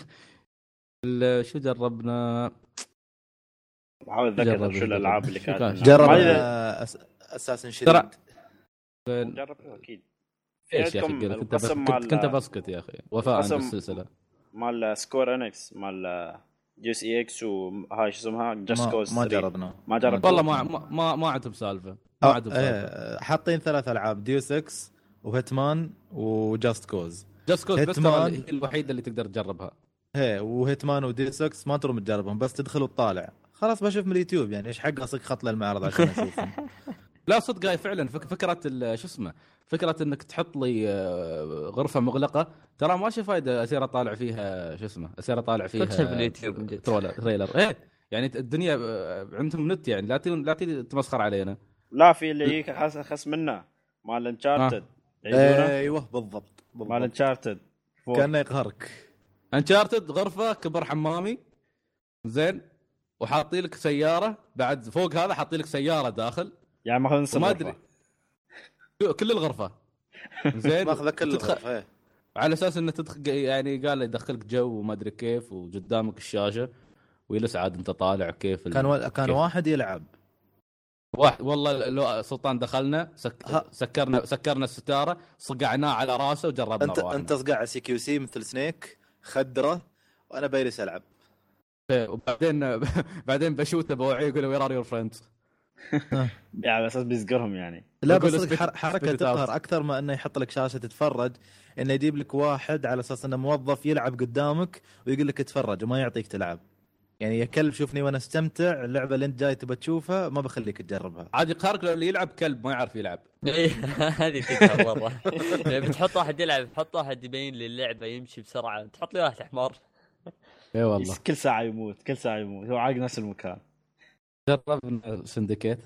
شو جربنا؟
بحاول اتذكر شو الالعاب اللي كانت.
جربنا اساسن شريد.
جربنا اكيد.
ايش يا اخي كنت بسكت يا اخي وفاء بالسلسله
مال سكوير انكس مال جيس اي اكس وهاي شو اسمها جاست كوز.
ما جربنا
والله
ما عاد بسالفه.
حاطين 3 العاب، ديوس اكس وهيتمان وجاست كوز.
بس الوحيده اللي تقدر تجربها
وهيتمان وديوس اكس ما تروم تجربهم، بس تدخل وتطالع خلاص بشوف من اليوتيوب. يعني ايش حق اصك خط للمعرض عشان اشوفهم.
لا صدق هاي فعلا فكره شو اسمه، فكره انك تحط لي غرفه مغلقه، ترى ماشي فايده اسير اطالع فيها شو اسمه، اسير اطالع فيها
اليوتيوب
تريلر. ايه يعني الدنيا عندهم نت، يعني لا تمسخر علينا.
لا في اللي هيك خص منه مال انشارتد.
ايوه بالضبط
مال انشارتد
كانه يقهرك.
انشارتد غرفه كبر حمامي زين، وحاطين لك سياره بعد فوق، هذا حاطين لك سياره داخل،
يعني ما
ادري كل الغرفه زين
ماخذ كل الغرفه
على اساس انه تدخل، يعني قال لي يدخلك جو وما ادري كيف، وقدامك الشاشه ويلس عاد انت طالع كيف
كان كيف. واحد يلعب
واحد والله. لو سلطان دخلنا سكرنا الستاره، صقعناه على راسه وجربنا.
انت صقع على سي كيو سي مثل سنيك خدره، وانا بايرس العب.
بعدين بشوته بوعيه يقول وير ار يور فريندز،
يعني على اساس بيزقرهم يعني.
لا بس حركه تقهر اكثر ما انه يحط لك شاشه تتفرج، انه يجيب لك واحد على اساس انه موظف يلعب قدامك ويقول لك اتفرج وما يعطيك تلعب. يعني يا كلب شوفني وانا استمتع، اللعبه اللي انت جاي تبى تشوفها ما بخليك تجربها.
عادي يقهرك لو اللي يلعب كلب ما يعرف يلعب.
هذه تقهر والله. بتحط واحد يلعب، تحط واحد يبين لي اللعبه يمشي بسرعه، تحط لي واحد حمار.
اي والله
كل ساعه يموت هو عاق نفس المكان.
جربنا سندكيت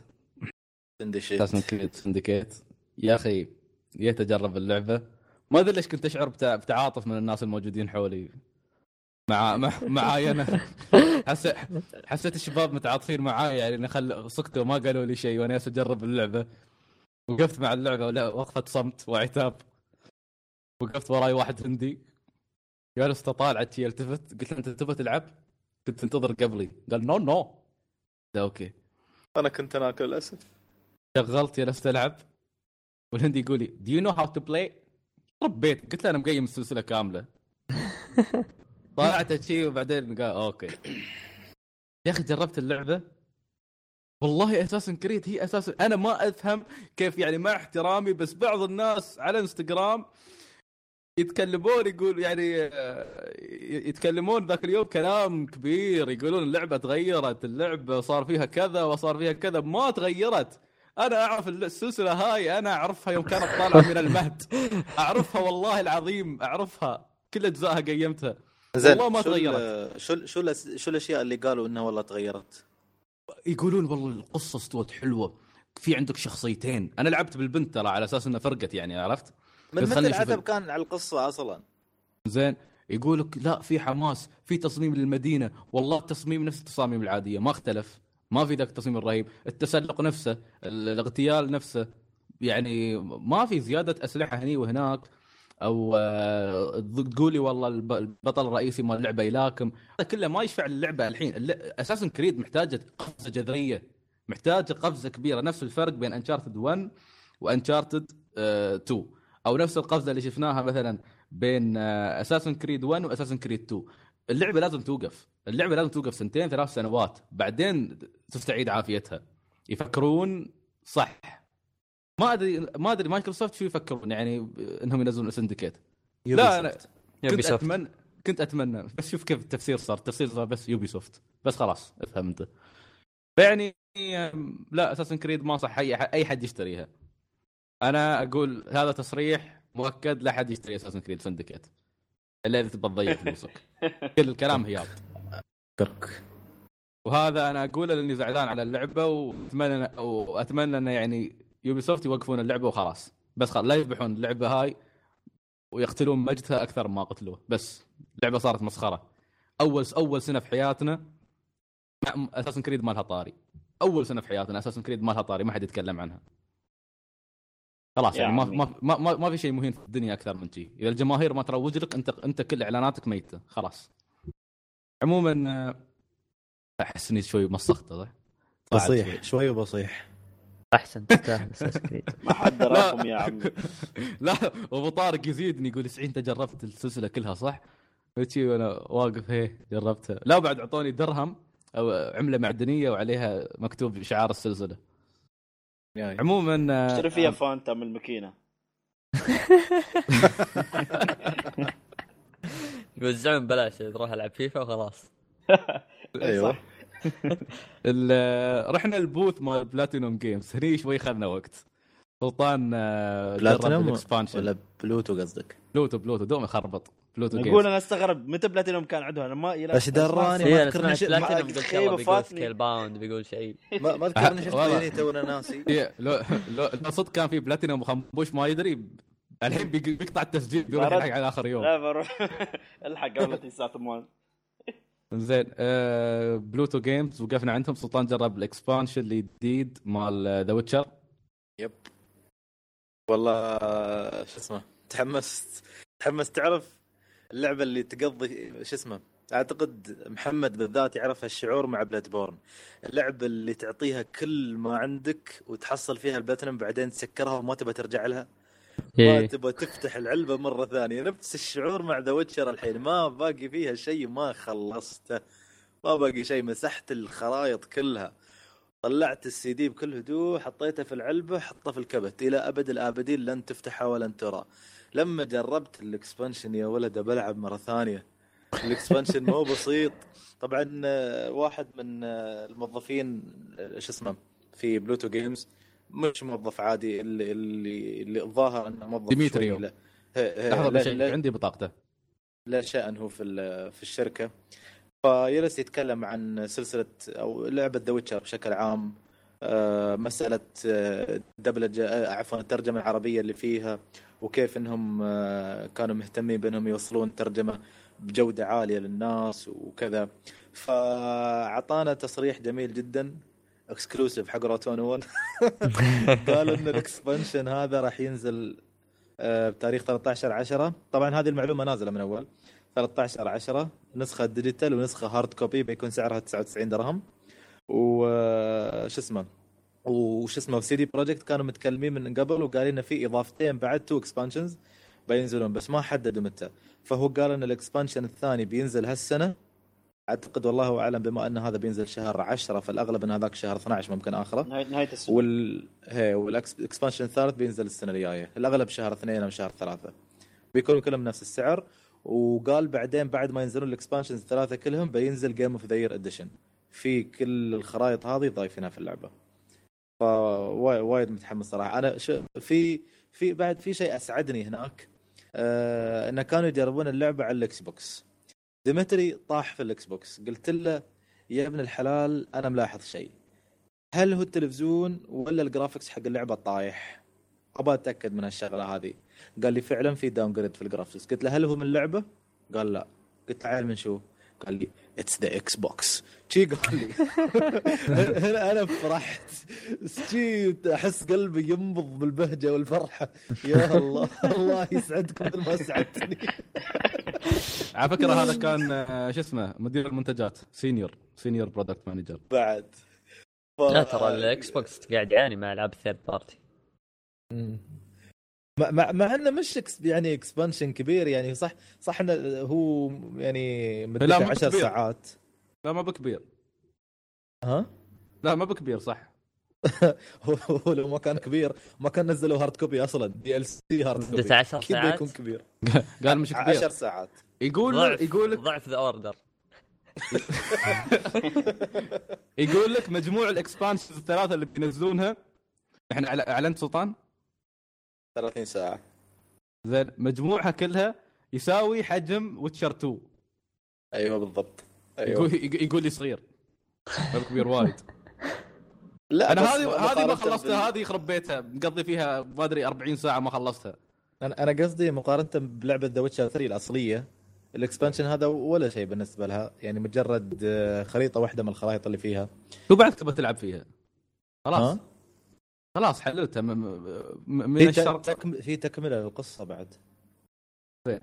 يا اخي، جيت اجرب اللعبه ما ادري ليش كنت اشعر بتعاطف من الناس الموجودين حولي معاي انا. حسيت الشباب متعاطفين معاي، يعني سكتوا ما قالوا لي شيء وانا اجرب اللعبه. وقفت مع اللعبه ولا وقفه صمت وعتاب. وقفت وراي واحد هندي جالس تطالع شي التفت، قلت له انت تبغى تلعب؟ كنت تنتظر قبلي. قال نو اوكي.
انا كنت ناكل للاسف.
شغلت جلست تلعب والهندي يقول لي do you know how to play؟ ربيت قلت له انا مقيم السلسله كامله. طلعت شيء وبعدين قال اوكي يا اخي جربت اللعبه والله. اساسن كريد هي اساسا انا ما افهم كيف، يعني مع احترامي بس بعض الناس على انستغرام يتكلمون يقول يعني يتكلمون ذاك اليوم كلام كبير، يقولون اللعبه تغيرت، اللعبه صار فيها كذا وصار فيها كذا. ما تغيرت، انا اعرف السلسله هاي، انا اعرفها يوم كانت طالعه من المهد، اعرفها والله العظيم اعرفها، كل اجزائها قيمتها والله ما تغيرت.
شو الاشياء اللي قالوا انها والله تغيرت؟
يقولون والله القصه استوت حلوه، في عندك شخصيتين. انا لعبت بالبنت ترى على اساس انها فرقت، يعني عرفت
من مثل العتب كان على القصه اصلا
زين. يقولك لا في حماس، في تصميم للمدينه، والله التصميم نفس التصاميم العاديه ما اختلف، ما في ذاك التصميم الرهيب، التسلق نفسه، الاغتيال نفسه، يعني ما في زياده اسلحه هني وهناك، او تقولي والله البطل الرئيسي مال اللعبه يلاكم، هذا كله ما يشفع اللعبه. الحين اساسن كريد محتاجه قفزه جذريه، محتاجه قفزه كبيره، نفس الفرق بين انشارتد 1 وانشارتد 2، او نفس القفزه اللي شفناها مثلا بين اساسن كريد 1 واساسن كريد 2. اللعبه لازم توقف، اللعبه لازم توقف 2-3 سنوات بعدين تستعيد عافيتها. يفكرون صح، ما ادري مايكروسوفت شو يفكرون، يعني انهم ينزلون سندكيت. لا انا كنت اتمنى بس شوف كيف التفسير صار بس يوبي سوفت بس، خلاص افهم انت. يعني لا اساسن كريد ما صح اي حد يشتريها. انا اقول هذا تصريح مؤكد، لا حد يشتري اساسن كريد سندكيت الا اذا تبغى تضيع فلوسك. كل الكلام هياط. وهذا انا اقوله لاني زعلان على اللعبه، واتمنى ان يعني يوبي سوفت يوقفون اللعبه وخلاص، بس لا يذبحون اللعبه هاي ويقتلون مجدها اكثر ما قتلوه. بس اللعبه صارت مسخره. اول سنه في حياتنا اساسن كريد مالها طاري، اول سنه في حياتنا اساسن كريد مالها طاري، ما حد يتكلم عنها. خلاص يعني ما في شيء مهم في الدنيا اكثر من شيء. اذا الجماهير ما تروج لك انت كل اعلاناتك ميته خلاص. عموما احسني شوي مسخته،
بصيح شوي وبصيح.
احسن تستاهل اساس كريد.
ما حد راكم يا عمي.
لا ابو طارق يزيدني يقول 90 انت جربت السلسله كلها صح؟ وشي وانا واقف جربتها. لا بعد اعطوني درهم او عمله معدنيه وعليها مكتوب شعار السلسله.
يعني.
عموما
اشتري فيها فانتا من الماكينه.
يوزعون بلاش، تروح العب فيفا وخلاص.
ايوه.
رحنا البوث مال بلاتينوم جيمز، هني شوي خذنا وقت. سلطان
بلاتينوم ولا بلوتو قصدك؟
بلوتو دوم يخربط. بلوتو جيمز
اقول انا استغرب متى بلاتينوم كان عندهم، انا ما
ايش دراني ما اذكرني شيء.
بلاتينوم قلت يلا بيقول سكيل باوند بيقول شيء
ما اذكرني شيء يعني تونا ناسي.
لو صدق كان في بلاتينوم وخنبوش ما يدري الحين بيقطع التسجيل بيروح على اخر يوم.
لا بروح الحق قبل الساعه 8.
زين بلوتو جيمز وقفنا عندهم. سلطان جرب الاكسبانشن الجديد مال ذا ويتشر.
يب والله شو اسمه تحمست تعرف اللعبه اللي تقضي شو اسمه. اعتقد محمد بالذات يعرف هالشعور مع بلاد بورن، اللعبه اللي تعطيها كل ما عندك وتحصل فيها البلاتينم بعدين تسكرها وما تبى ترجع لها، ما تبى تفتح العلبه مره ثانيه. نفس الشعور مع ذا ويتشر. الحين ما باقي فيها شيء ما خلصته، ما باقي شيء، مسحت الخرائط كلها، طلعت السي دي بكل هدوء، حطيته في العلبه، حطه في الكبت الى ابد الابدين، لن تفتحها ولن ترى. لما جربت الاكسبانشن يا ولد بلعب مره ثانيه. الاكسبانشن مو بسيط. طبعا واحد من الموظفين شو اسمه في بلوتو جيمز، مش موظف عادي، اللي الظاهر انه موظف
ديميتريو. لحظه عندي بطاقته.
لا شأن هو في الشركه. فيجلس يتكلم عن سلسله او لعبه ذا ويتشر بشكل عام، مساله دبلجه عفوا الترجمه العربيه اللي فيها، وكيف انهم كانوا مهتمين بانهم يوصلون ترجمه بجوده عاليه للناس وكذا. فعطانا تصريح جميل جدا اكسكلوسيف حق روتون 1. قال ان الاكسبانشن هذا راح ينزل بتاريخ 13/10. طبعا هذه المعلومه نازله من اول 13/10، نسخه ديجيتال ونسخه هارد كوبي بيكون سعرها 99 درهم. وش اسمه سي دي بروجكت كانوا متكلمين من قبل وقالين في اضافتين بعد 2 اكسبانشنز بينزلون، بس ما حددوا متى. فهو قال ان الاكسبانشن الثاني بينزل هالسنه اعتقد، والله اعلم، بما ان هذا بينزل شهر 10 فالاغلب ان هذاك شهر 12 ممكن اخره
نهايه السنه.
والاكسبانشن الثالث بينزل السنه الجايه، الاغلب شهر 2 او شهر 3، بيكونوا كلهم نفس السعر. وقال بعدين بعد ما ينزلون الاكسبانشنز الثلاثه كلهم بينزل جيم اوف ذا يير اديشن في كل الخرائط هذه ضايفينها في اللعبه. فوايد متحمس صراحه. انا في بعد في شيء اسعدني هناك، ان كانوا يجربون اللعبه على الاكس بوكس. ديمتري طاح في الاكس بوكس، قلت له يا ابن الحلال انا ملاحظ شيء، هل هو التلفزيون ولا الجرافيكس حق اللعبه طايح؟ ابى اتاكد من هالشغله هذه. قال لي فعلا في داون جريد في الجرافيكس. قلت له هل هو من اللعبه قال لا. قلت عيل من شو؟ قال لي اتس ذا اكس بوكس. شي قال لي هنا انا فرحت شي احس قلبي ينبض بالبهجه والفرحه. يا الله الله يسعدكم مثل ما سعدتني.
على فكره هذا كان شو اسمه مدير المنتجات سينيور برودكت مانجر
بعد
لا ترى الاكس بوكس قاعد يعاني مع العاب الثيرد بارتي.
مع انه مش يعني اكسبانشن كبير يعني. صح انه هو يعني مدته 10 ساعات.
لا ما بكبير.
ها
لا ما بكبير صح.
هو لو ما كان كبير ما كان نزلوا هارد كوبي اصلا. دي ال سي هارد كوبي
10 ساعات
يكون كبير.
قال مش كبير
10 ساعات.
يقول لك
ضعف ذا اوردر.
يقول لك مجموع الاكسبانشنز الثلاثه اللي بينزلونها احنا اعلنت سلطان
30 ساعه
زين مجموعها كلها يساوي حجم ويتشر 2.
ايوه بالضبط. أيوة.
يقول لي صغير ما كبير وايد.
لا
انا هذه ما خلصتها. هذه يخرب بيتها مقضي فيها ما ادري 40 ساعه ما خلصتها.
انا قصدي مقارنه بلعبه ذا ويتشر 3 الاصليه الاكسبانشن هذا ولا شيء بالنسبه لها يعني مجرد خريطه واحده من الخرائط اللي فيها.
شو بعد تبغى تلعب فيها خلاص خلاص حللتها من الشرق.
في تكمله للقصه بعد.
زين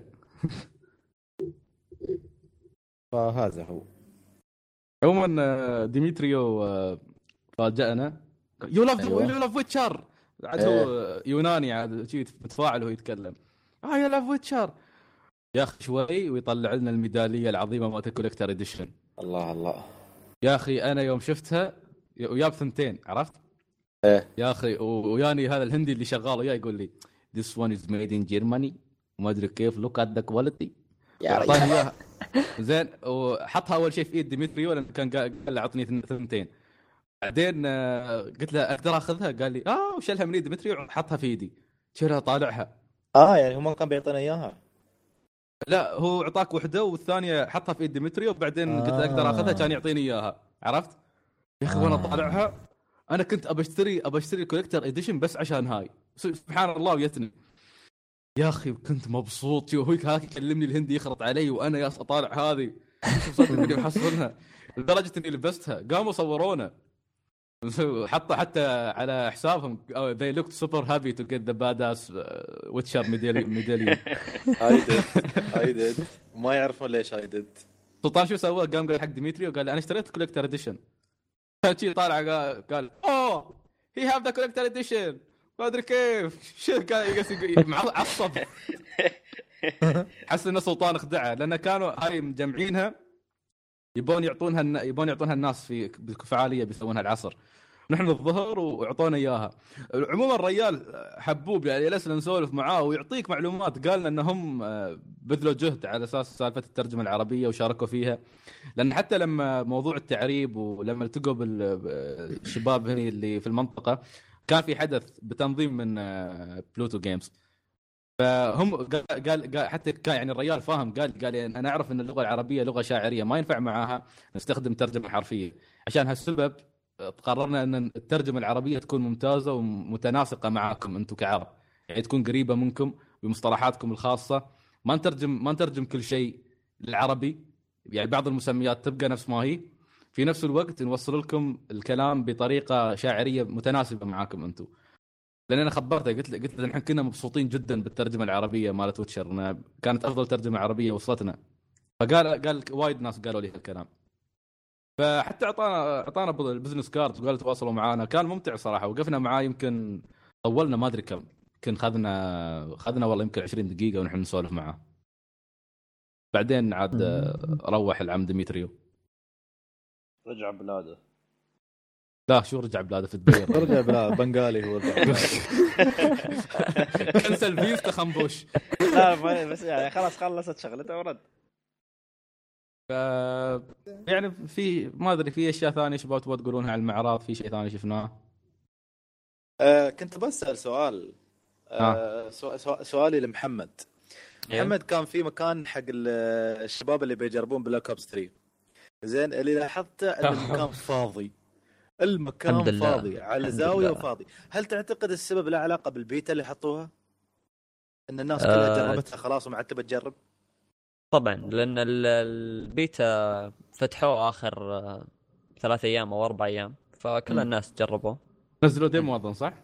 فهذا هو.
عموما ديمتريو فاجأنا. يو لاف ويتشر عاد هو يوناني عاد شيء متفاعل وهو يتكلم يا لاف ويتشر يا اخي شوي ويطلع لنا الميداليه العظيمه مالت الكوليكتر اديشن.
الله
يا اخي انا يوم شفتها وياب ثنتين عرفت يا اخي وياني هذا الهندي اللي شغال وياه يقول لي this one is made in Germany وما ادري كيف look at the quality يا رجال. زين وحطها اول شيء في ايد ديمتريو لان كان قال له اعطني ثنتين. بعدين قلت له اقدر اخذها قال لي وشلها من ايد ديمتريو وحطها في ايدي شيلها طالعها.
يعني هو ما كان بيعطينا اياها.
لا هو اعطاك وحده والثانيه حطها في ايد ديمتريو وبعدين قلت له اقدر اخذها كان يعطيني اياها عرفت يا اخي وانا طالعها انا كنت ابى اشتري كوليكتر اديشن بس عشان هاي سبحان الله ويتني يا اخي كنت مبسوط. وهو هاك يكلمني الهندي يخرط علي وانا يا اطالع هذه صدق اني محصلها لدرجه اني لبستها. قاموا صورونا حتى على حسابهم they looked super happy to get the badass Witcher medallion.
I did ما يعرفون ليش I did.
سلطان شو سوى قام قال حق ديمتري وقال انا اشتريت كوليكتر اديشن. شي طالع قال he have the collector edition ما ادري كيف شو قال معصب. حس ان سلطان خدعه لان كانوا هاي مجمعينها يبون يعطونها الناس في فعاليه بيسوونها العصر نحن الظهر وعطونا اياها. عموما الرجال حبوب يعني جلسنا نسولف معاه ويعطيك معلومات. قالنا انهم بذلوا جهد على اساس سالفه الترجمه العربيه وشاركوا فيها لان حتى لما موضوع التعريب ولما التقوا بالشباب هنا اللي في المنطقه كان في حدث بتنظيم من بلوتو جيمز. فهم قال حتى كان يعني الرجال فاهم قال يعني انا اعرف ان اللغه العربيه لغه شاعريه ما ينفع معاها نستخدم ترجمه حرفيه. عشان هالسبب قررنا ان الترجمه العربيه تكون ممتازه ومتناسقه معاكم انتم كعرب يعني تكون قريبه منكم بمصطلحاتكم الخاصه. ما نترجم كل شيء للعربي يعني بعض المسميات تبقى نفس ما هي في نفس الوقت نوصل لكم الكلام بطريقه شاعريه متناسبه معاكم انتم. لان انا خبرته قلت له نحن كنا مبسوطين جدا بالترجمه العربيه مالت ويتشر كانت افضل ترجمه عربيه وصلتنا. فقال وايد ناس قالوا لي هالكلام. فحتى اعطانا البزنس كارد وقال تواصلوا معانا كان ممتع صراحه. وقفنا معاه يمكن طولنا ما ادري كم يمكن خذنا والله يمكن 20 دقيقه ونحن نسولف معاه. بعدين عاد روح العم ديمتريو
رجع بلاده.
لا شو رجع بلاده في الدير
رجع بلاده بنغالي هو
كنسل فيستا خنبوش.
لا بس يعني خلاص خلصت شغلته ورد.
يعني في ما ادري في اشياء ثانيه شباب تبغوا تقولونها على المعرض؟ في شيء ثاني شفناه؟
كنت بسأل سؤال. سؤالي لمحمد. محمد كان في مكان حق الشباب اللي بيجربون بلاك اوبس 3 زين اللي لاحظته ان المكان فاضي. المكان فاضي على زاويه وفاضي. هل تعتقد السبب له علاقه بالبيتا اللي حطوها ان الناس كلها جربتها خلاص وما عاد تبي تجرب؟
طبعا لان البيتا فتحوه اخر 3 ايام او 4 ايام، فكل الناس جربوه.
نزلوا ديمو اظن صح؟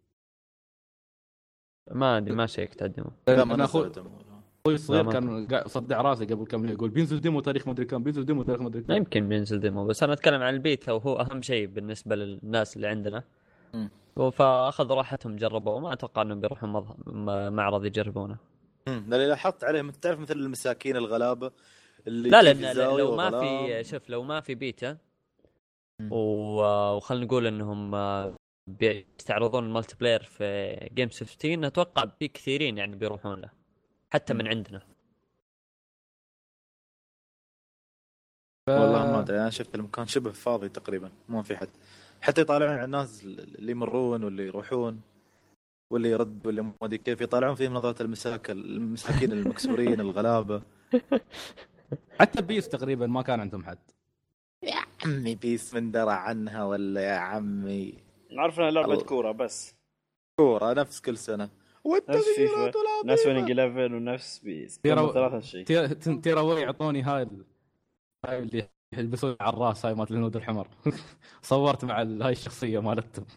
ما ادري ما شيكت الديمو.
انا اخوي الصغير كان صدع راسي قبل كم يقول بينزل ديمو تاريخ ما ادري كم، بينزل ديمو تاريخ ما ادري كم.
يمكن بينزل ديمو، بس انا اتكلم عن البيتا وهو اهم شيء بالنسبه للناس اللي عندنا. فاخذوا راحتهم جربوه، ما اتوقع انهم بيروحوا معرض يجربونه.
اللي لاحظت عليهم تعرف مثل المساكين الغلابه اللي
لا لو ما في شوف لو ما في بيتا وخلنا نقول انهم بيستعرضون المالتي بلاير في جيم 15، اتوقع في كثيرين يعني بيروحون له حتى من عندنا.
والله ما ادري، انا شفت المكان شبه فاضي تقريبا، ما في حد حتى يطالعون على الناس اللي يمرون واللي يروحون واللي يرد واللي ما ادري كيف، يطالعون فيهم نظرة المساكين المكسورين الغلابه.
حتى بيس تقريبا ما كان عندهم حد.
يا عمي بيس من درى عنها ولا يا عمي؟
عرفنا لعبة كورة بس،
كورة نفس كل سنة،
نفس فيفا نفس ويننج 11 ونفس بيس، ثلاثة شيء.
تيراوي يعطوني هاي اللي يلبسون على الراس، هاي مالت الهنود الحمر. صورت مع هاي الشخصية مالتهم.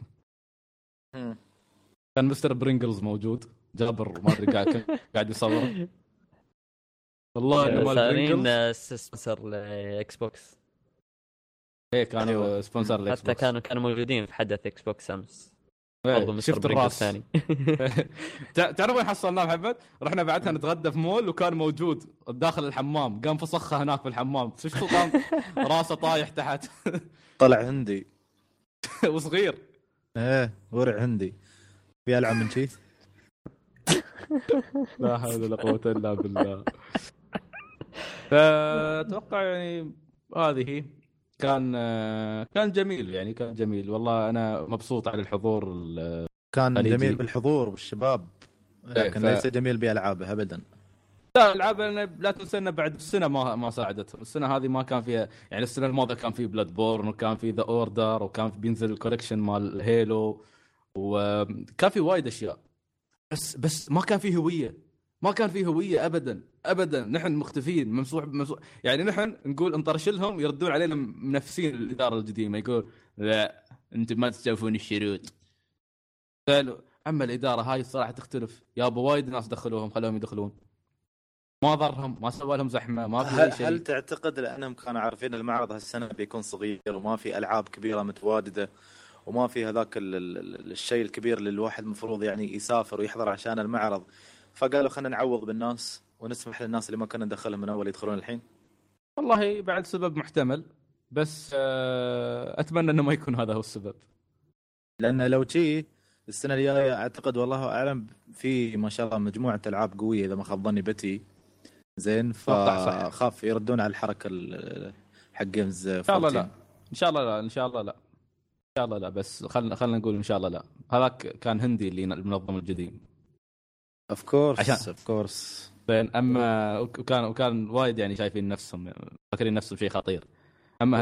كان مستر برينجلز موجود، جابر ما ادري قاعد يصور. والله انه مال برينجلز
سبونسر لاكس بوكس.
ايه كانوا سبونسر لاكس
حتى
بوكس،
كانوا موجودين في حدث اكس بوكس امس.
شفت الراس ثاني. تعرف وين حصلناه محمد؟ رحنا بعدها نتغدى في مول وكان موجود داخل الحمام، قام فسخها هناك في الحمام. شفتوا قام راسه طايح تحت.
طلع هندي
وصغير،
ايه ورع هندي بيلعب من شيء.
لا حول ولا قوة الا بالله. فاتوقع يعني هذه كان جميل، يعني كان جميل والله. انا مبسوط على الحضور.
كان جميل بالحضور والشباب، لكن ليس جميل بألعابه ابدا.
لا العاب لا تنسى ان بعد السنه ما ساعدتهم. السنه هذه ما كان فيها، يعني السنه الماضيه كان في بلاد بورن وكان في ذا اوردر وكان بينزل الكولكشن مال هيلو وكان في وايد اشياء، بس ما كان في هويه، ما كان في هويه ابدا. نحن مختفين ممسوح. يعني نحن نقول انطرش لهم، يردون علينا منافسين الاداره القديمه، يقول لا انتم ما تستوفون الشروط. قالوا اما الاداره هاي الصراحه تختلف يا ابو، وايد ناس دخلوهم خلوهم يدخلون، ما ضرهم، ما سوى لهم زحمه، ما في اي شيء.
هل تعتقد لانهم كانوا عارفين المعرض هالسنه بيكون صغير وما في العاب كبيره متواجده وما في هذاك الشيء الكبير اللي الواحد مفروض يعني يسافر ويحضر عشان المعرض، فقالوا خلينا نعوض بالناس ونسمح للناس اللي ما كنا ندخلهم من اول يدخلون الحين؟
والله بعد سبب محتمل، بس اتمنى انه ما يكون هذا هو السبب.
لان لو شيء السنه الجايه اعتقد والله اعلم في ما شاء الله مجموعه العاب قويه اذا ما خاب ظني بتي زين، فخاف يردون على الحركه حق جيمز.
ان شاء الله لا، ان شاء الله لا، ان شاء الله لا، ان شاء الله لا، بس خلنا نقول ان شاء الله لا. هذاك كان هندي اللي المنظم القديم
اوف كورس
اما وكان وايد يعني شايفين نفسهم فاكرين نفسهم شيء خطير. اما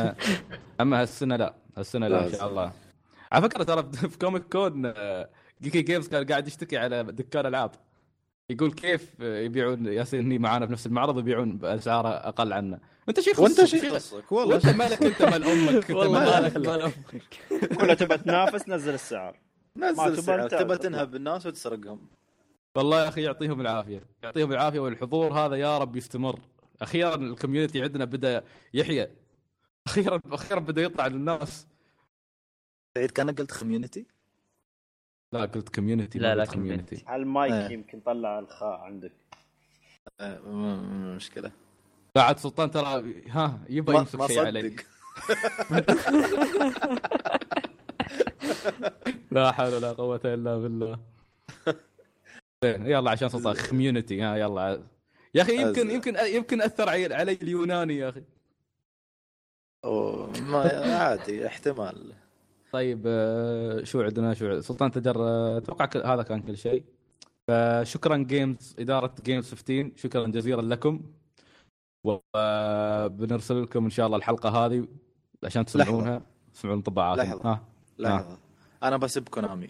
هالسنه لا، هالسنه لا ان شاء الله. على فكره ترى في كوميك كون جيكي جيمز كان قاعد يشتكي على دكان العاب، يقول كيف يبيعون ياسين معانا في نفس المعرض ويبيعون باسعار اقل عنا. انت شيء خصك والله، انت مالك، انت مال امك، انت مالك مال امك.
كلها تبى تنافس، نزل السعر،
تبى تنهب الناس وتسرقهم.
والله يا اخي يعطيهم العافيه والحضور هذا يا رب يستمر. اخيرا الكوميونتي عندنا بدا يحيى، اخيرا بدا يطلع للناس.
سعيد كان قلت كوميونتي؟
لا قلت كوميونتي.
لا كوميونتي.
على المايك يمكن طلع الخاء عندك.
مشكله.
بعد سلطان ترى يبغى يمسك شيء علي. لا حول ولا قوه الا بالله. يلا عشان سلطان كوميونتي يلا يا اخي. يمكن اثر علي اليوناني يا اخي.
ما عادي احتمال.
طيب شو عندنا سلطان تجر. اتوقع هذا كان كل شيء. فشكرا جيمز، اداره جيمز 15 شكرا جزيلا لكم، وبنرسل لكم ان شاء الله الحلقه هذه عشان تسمعونها، تسمعون انطباعات.
لحظه انا بسب كونامي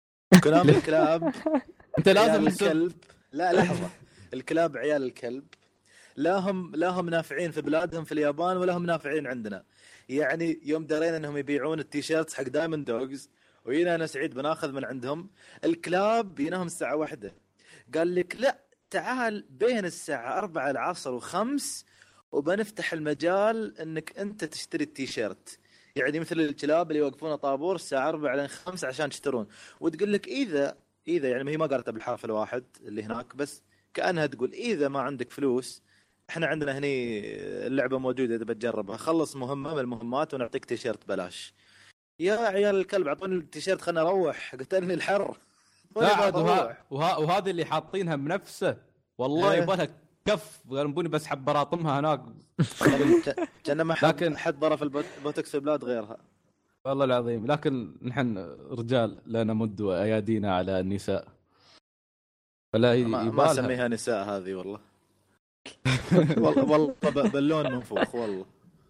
الكلاب.
انت لازم
الكلب. لا لحظه، الكلاب عيال الكلب لا هم نافعين في بلادهم في اليابان ولا هم نافعين عندنا. يعني يوم درينا انهم يبيعون التيشيرتس حق دايموند دوغز وينا انا سعيد بناخذ من عندهم، الكلاب بينهم الساعه 1 قال لك لا تعال بين الساعه 4 العصر و5 وبنفتح المجال انك انت تشتري التيشيرت. يعني مثل الكلاب اللي يوقفون طابور الساعه 4 لين 5 عشان تشترون، وتقول لك اذا يعني هي ما قالتها بالحرف الواحد اللي هناك، بس كانها تقول اذا ما عندك فلوس احنا عندنا هني اللعبه موجوده اذا بتجربها، خلص مهمه من المهمات ونعطيك تيشيرت بلاش. يا عيال الكلب اعطوني التيشيرت خلنا اروح، قتلني الحر.
لا عاد وهذه اللي حاطينها بنفسه والله يبغى كف قالوا بس حب براطمها هناك.
كان ما لكن حد ضرب البوتكس في البلاد غيرها
والله العظيم. لكن نحن رجال لا نمد ايادينا على النساء، فلا
ما اسميها نساء هذه والله. والله باللون منفوخ والله.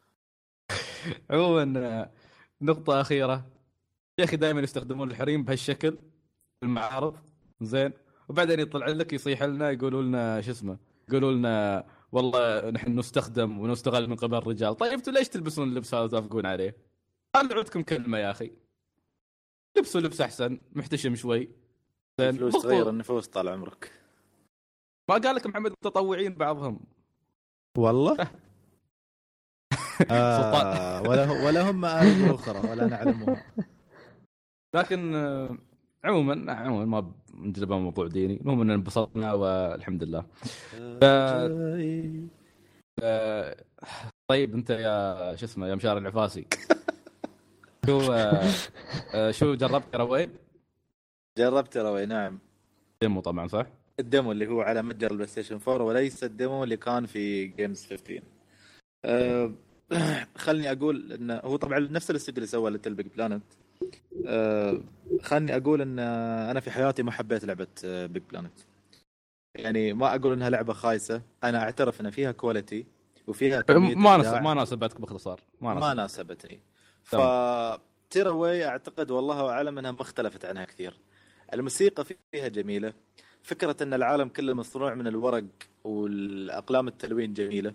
عموما نقطة أخيرة يا أخي، دائما يستخدمون الحريم بهالشكل في المعارض زين، وبعدين يطلع لك يصيح لنا يقولوا لنا شو اسمه، يقولوا لنا والله نحن نستخدم ونستغل من قبل الرجال. طيب انتوا ليش تلبسون اللبس هذا وتوافقون عليه؟ انا عودكم كلمة يا أخي، لبسوا لبس أحسن محتشم شوي زين.
فلوس تغير النفوس طال عمرك.
ما قال لك محمد متطوعين بعضهم
والله. ولا هم مآرب أخرى ولا نعلمها.
لكن عموما ما نجلب موضوع ديني، المهم ان انبسطنا والحمد لله. طيب انت يا شو اسمه يا مشار العفاسي شو جربت روي؟
جربت روي نعم.
ديمو طبعا صح؟
الديمو اللي هو على متجر البلاي ستيشن 4 وليس الديمو اللي كان في جيمز 15. خلني اقول انه هو طبعا نفس الاستوديو اللي سوى ليتل بيج بلانت. خلني اقول ان انا في حياتي ما حبيت لعبه بيج بلانت. يعني ما اقول انها لعبه خايسه، انا اعترف ان فيها كواليتي وفيها
ما ناسبتك باختصار
ما ناسبتني. فتيراوي اعتقد والله اعلم انها مختلفت عنها كثير. الموسيقى فيها جميله، فكره ان العالم كله مصنوع من الورق والاقلام التلوين جميله،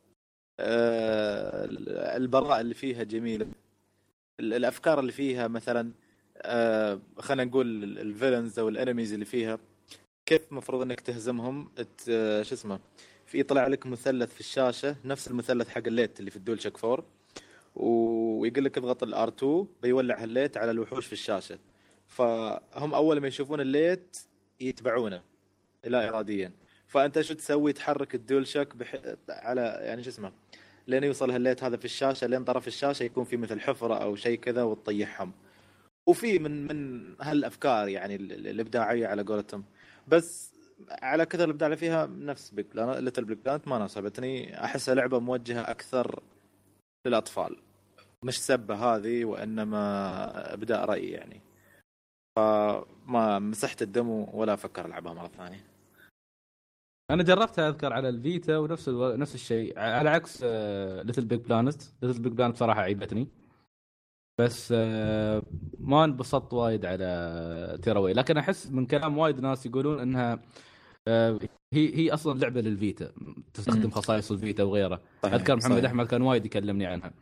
البراءة اللي فيها جميلة، الأفكار اللي فيها مثلا خلينا نقول الفيلنز أو الانميز اللي فيها كيف مفروض انك تهزمهم. شو اسمه، في يطلع لك مثلث في الشاشة نفس المثلث حق الليت اللي في الدول شك 4، ويقول لك اضغط الR2 بيولع الليت على الوحوش في الشاشة. فهم أول ما يشوفون الليت يتبعونه لا إراديا، فأنت شو تسوي؟ تحرك الدول شك على يعني شو اسمه لين يوصل هالليت هذا في الشاشة، لين طرف الشاشة يكون في مثل حفرة أو شيء كذا وتطيحهم. وفي من هالأفكار يعني الإبداعية على قولتهم. بس على كثر الإبداع اللي فيها نفس بيج بلانت ليتل بيج بلانت ما ناسبتني. أحسها لعبة موجهة أكثر للأطفال، مش سبة هذه وإنما إبداء رأي يعني. فما مسحت الدمو ولا أفكر ألعبها مرة ثانية.
انا جربتها اذكر على الفيتا نفس الشيء، على عكس ليتل بيج بلانت صراحه عيبتني، بس ما انبسطت وايد على تيراوي. لكن احس من كلام وايد ناس يقولون انها هي اصلا لعبه للفيتا تستخدم خصائص الفيتا وغيره. اذكر محمد احمد كان وايد يكلمني عنها،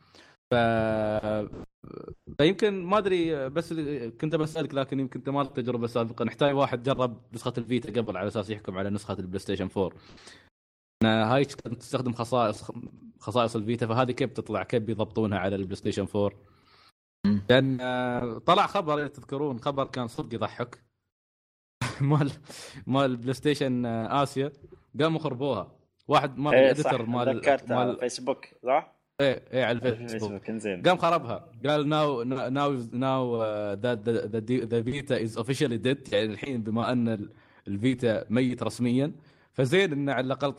فيمكن ما ادري، بس كنت بسالك لكن يمكن انت ما لك تجربه سابقه. نحتاج واحد جرب نسخه الفيتا قبل على اساس يحكم على نسخه البلاي ستيشن 4. هاي كانت تستخدم خصائص الفيتا، فهذه كيف تطلع، كيف بيضبطونها على البلاي ستيشن 4؟ لان طلع خبر تذكرون، خبر كان صدق يضحك مال البلاي ستيشن اسيا قاموا خربوها. واحد مال الاديتور
مال فيسبوك صح؟
ايه على الفيسبوك قام خربها، قال ناو ذا فيتا از اوفيشالي ديد، يعني الحين بما ان الفيتا ميت رسميا، فزين ان على الاقل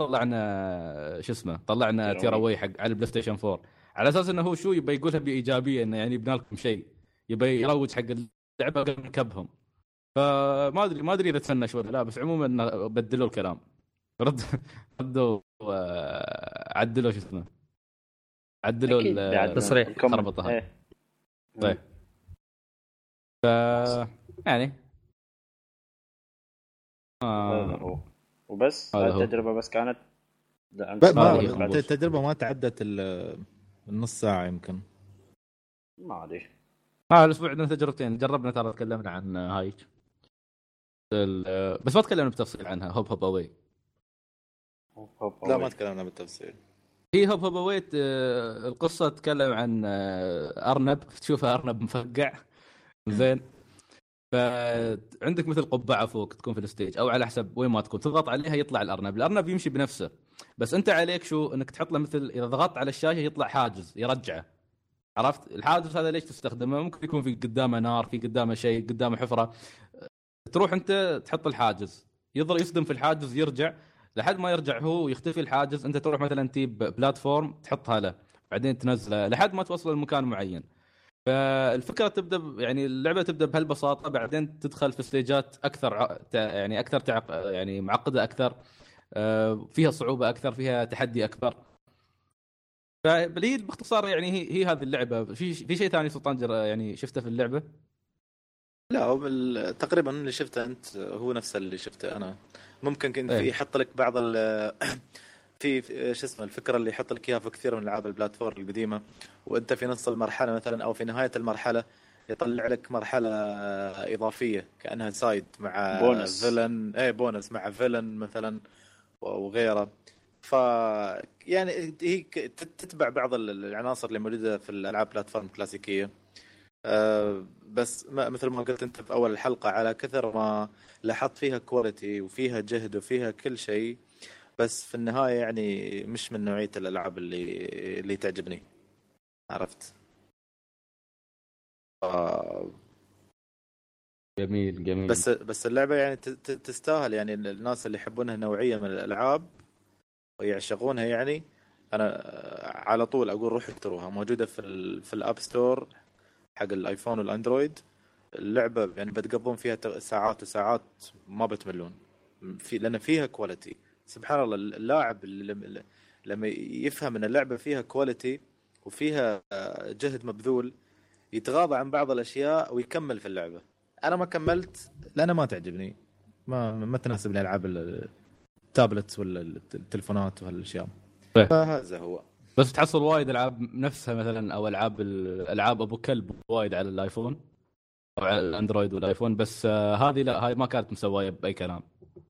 طلعنا تيراوي حق على البلاي ستيشن 4 على اساس انه هو شو يبي يقولها بايجابيه، انه يعني يبنى لكم شيء، يبي يروج حق اللعبه قبل نكبهم. فما ادري اذا تفنى شوي لا، بس عموما بدلوا الكلام، ردوا عدلوا شو اسمه، عدلوا
التصريح
خربطها. طيب يعني
وبس التجربه بس كانت
التجربه ما تعدت النص ساعه يمكن.
ما ادري.
الاسبوع عندنا تجربتين جربنا، ترى تكلمنا عن هاي بس ما تكلمنا بالتفصيل عنها. هوب اواي.
لا ما تكلمنا بالتفصيل.
هي هوب اواي القصه تتكلم عن ارنب، تشوفها ارنب مفقع زين، فعندك مثل قبعه فوق تكون في الستيج او على حسب وين ما تكون، تضغط عليها يطلع الارنب يمشي بنفسه، بس انت عليك شو انك تحط له مثل اذا ضغطت على الشاشه يطلع حاجز يرجعه. عرفت الحاجز هذا ليش تستخدمه؟ ممكن يكون في قدامه نار، في قدامه شيء، قدامه حفره، تروح انت تحط الحاجز يصدم في الحاجز يرجع، لحد ما يرجع هو ويختفي الحاجز. انت تروح مثلا تجيب بلاتفورم تحطها له بعدين تنزله لحد ما توصل لمكان معين. فالفكره تبدا يعني اللعبه تبدا بهالبساطه، بعدين تدخل في ستيجات اكثر يعني اكثر يعني معقده اكثر، فيها صعوبه اكثر، فيها تحدي اكبر. فبليد باختصار يعني هي هذه اللعبه. في شيء ثاني سلطان يعني شفته في اللعبه؟
لا هو تقريبا اللي شفته انت هو نفس اللي شفته انا. ممكن كنت يحط لك بعض في شو اسمه الفكره اللي يحط لك اياها في كثير من العاب البلاتفورم القديمه، وانت في نص المرحله مثلا او في نهايه المرحله يطلع لك مرحله اضافيه كانها سايد مع
بونس.
فيلن، بونس مع فيلن مثلا وغيره. ف يعني هي تتبع بعض العناصر اللي موجوده في الالعاب بلاتفورم كلاسيكيه. بس مثل ما قلت انت في اول الحلقه، على كثر ما لاحظت فيها كواليتي وفيها جهد وفيها كل شيء، بس في النهايه يعني مش من نوعيه الالعاب اللي تعجبني. عرفت؟
جميل.
بس اللعبه يعني تستاهل، يعني الناس اللي يحبونها نوعيه من الالعاب ويعشقونها، يعني انا على طول اقول روحوا اشتروها. موجوده في الاب ستور حق الايفون والاندرويد. اللعبه يعني بتقضون فيها ساعات وساعات ما بتملون، لان فيها كواليتي. سبحان الله، اللاعب لما يفهم ان اللعبه فيها كواليتي وفيها جهد مبذول يتغاضى عن بعض الاشياء ويكمل في اللعبه. انا ما كملت لان ما تعجبني، ما تناسبني العاب التابلت ولا التلفونات وهالاشياء. فهذا هو.
بس تحصل وايد العاب نفسها مثلا، او العاب ابو كلب وايد على الايفون او على الاندرويد والايفون، بس هذه لا، هاي ما كانت مسويه باي كلام.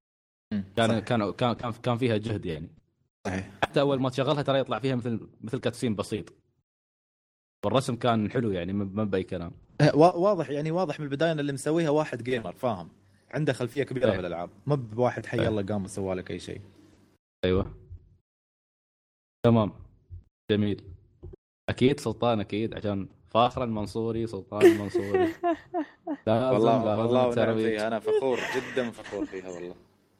كان فيها جهد يعني.
صحيح.
حتى اول ما تشغلها ترى يطلع فيها مثل كاتسين بسيط، والرسم كان حلو يعني ما باي كلام.
واضح يعني، واضح من البدايه ان اللي مسويها واحد جيمر فاهم، عنده خلفيه كبيره بالالعاب، ما بواحد حي الله قام وسوى لك اي شيء.
ايوه تمام جميل. اكيد سلطان، اكيد عشان فاخر المنصوري، سلطان المنصوري.
والله فيها انا فخور، جدا فخور فيها والله.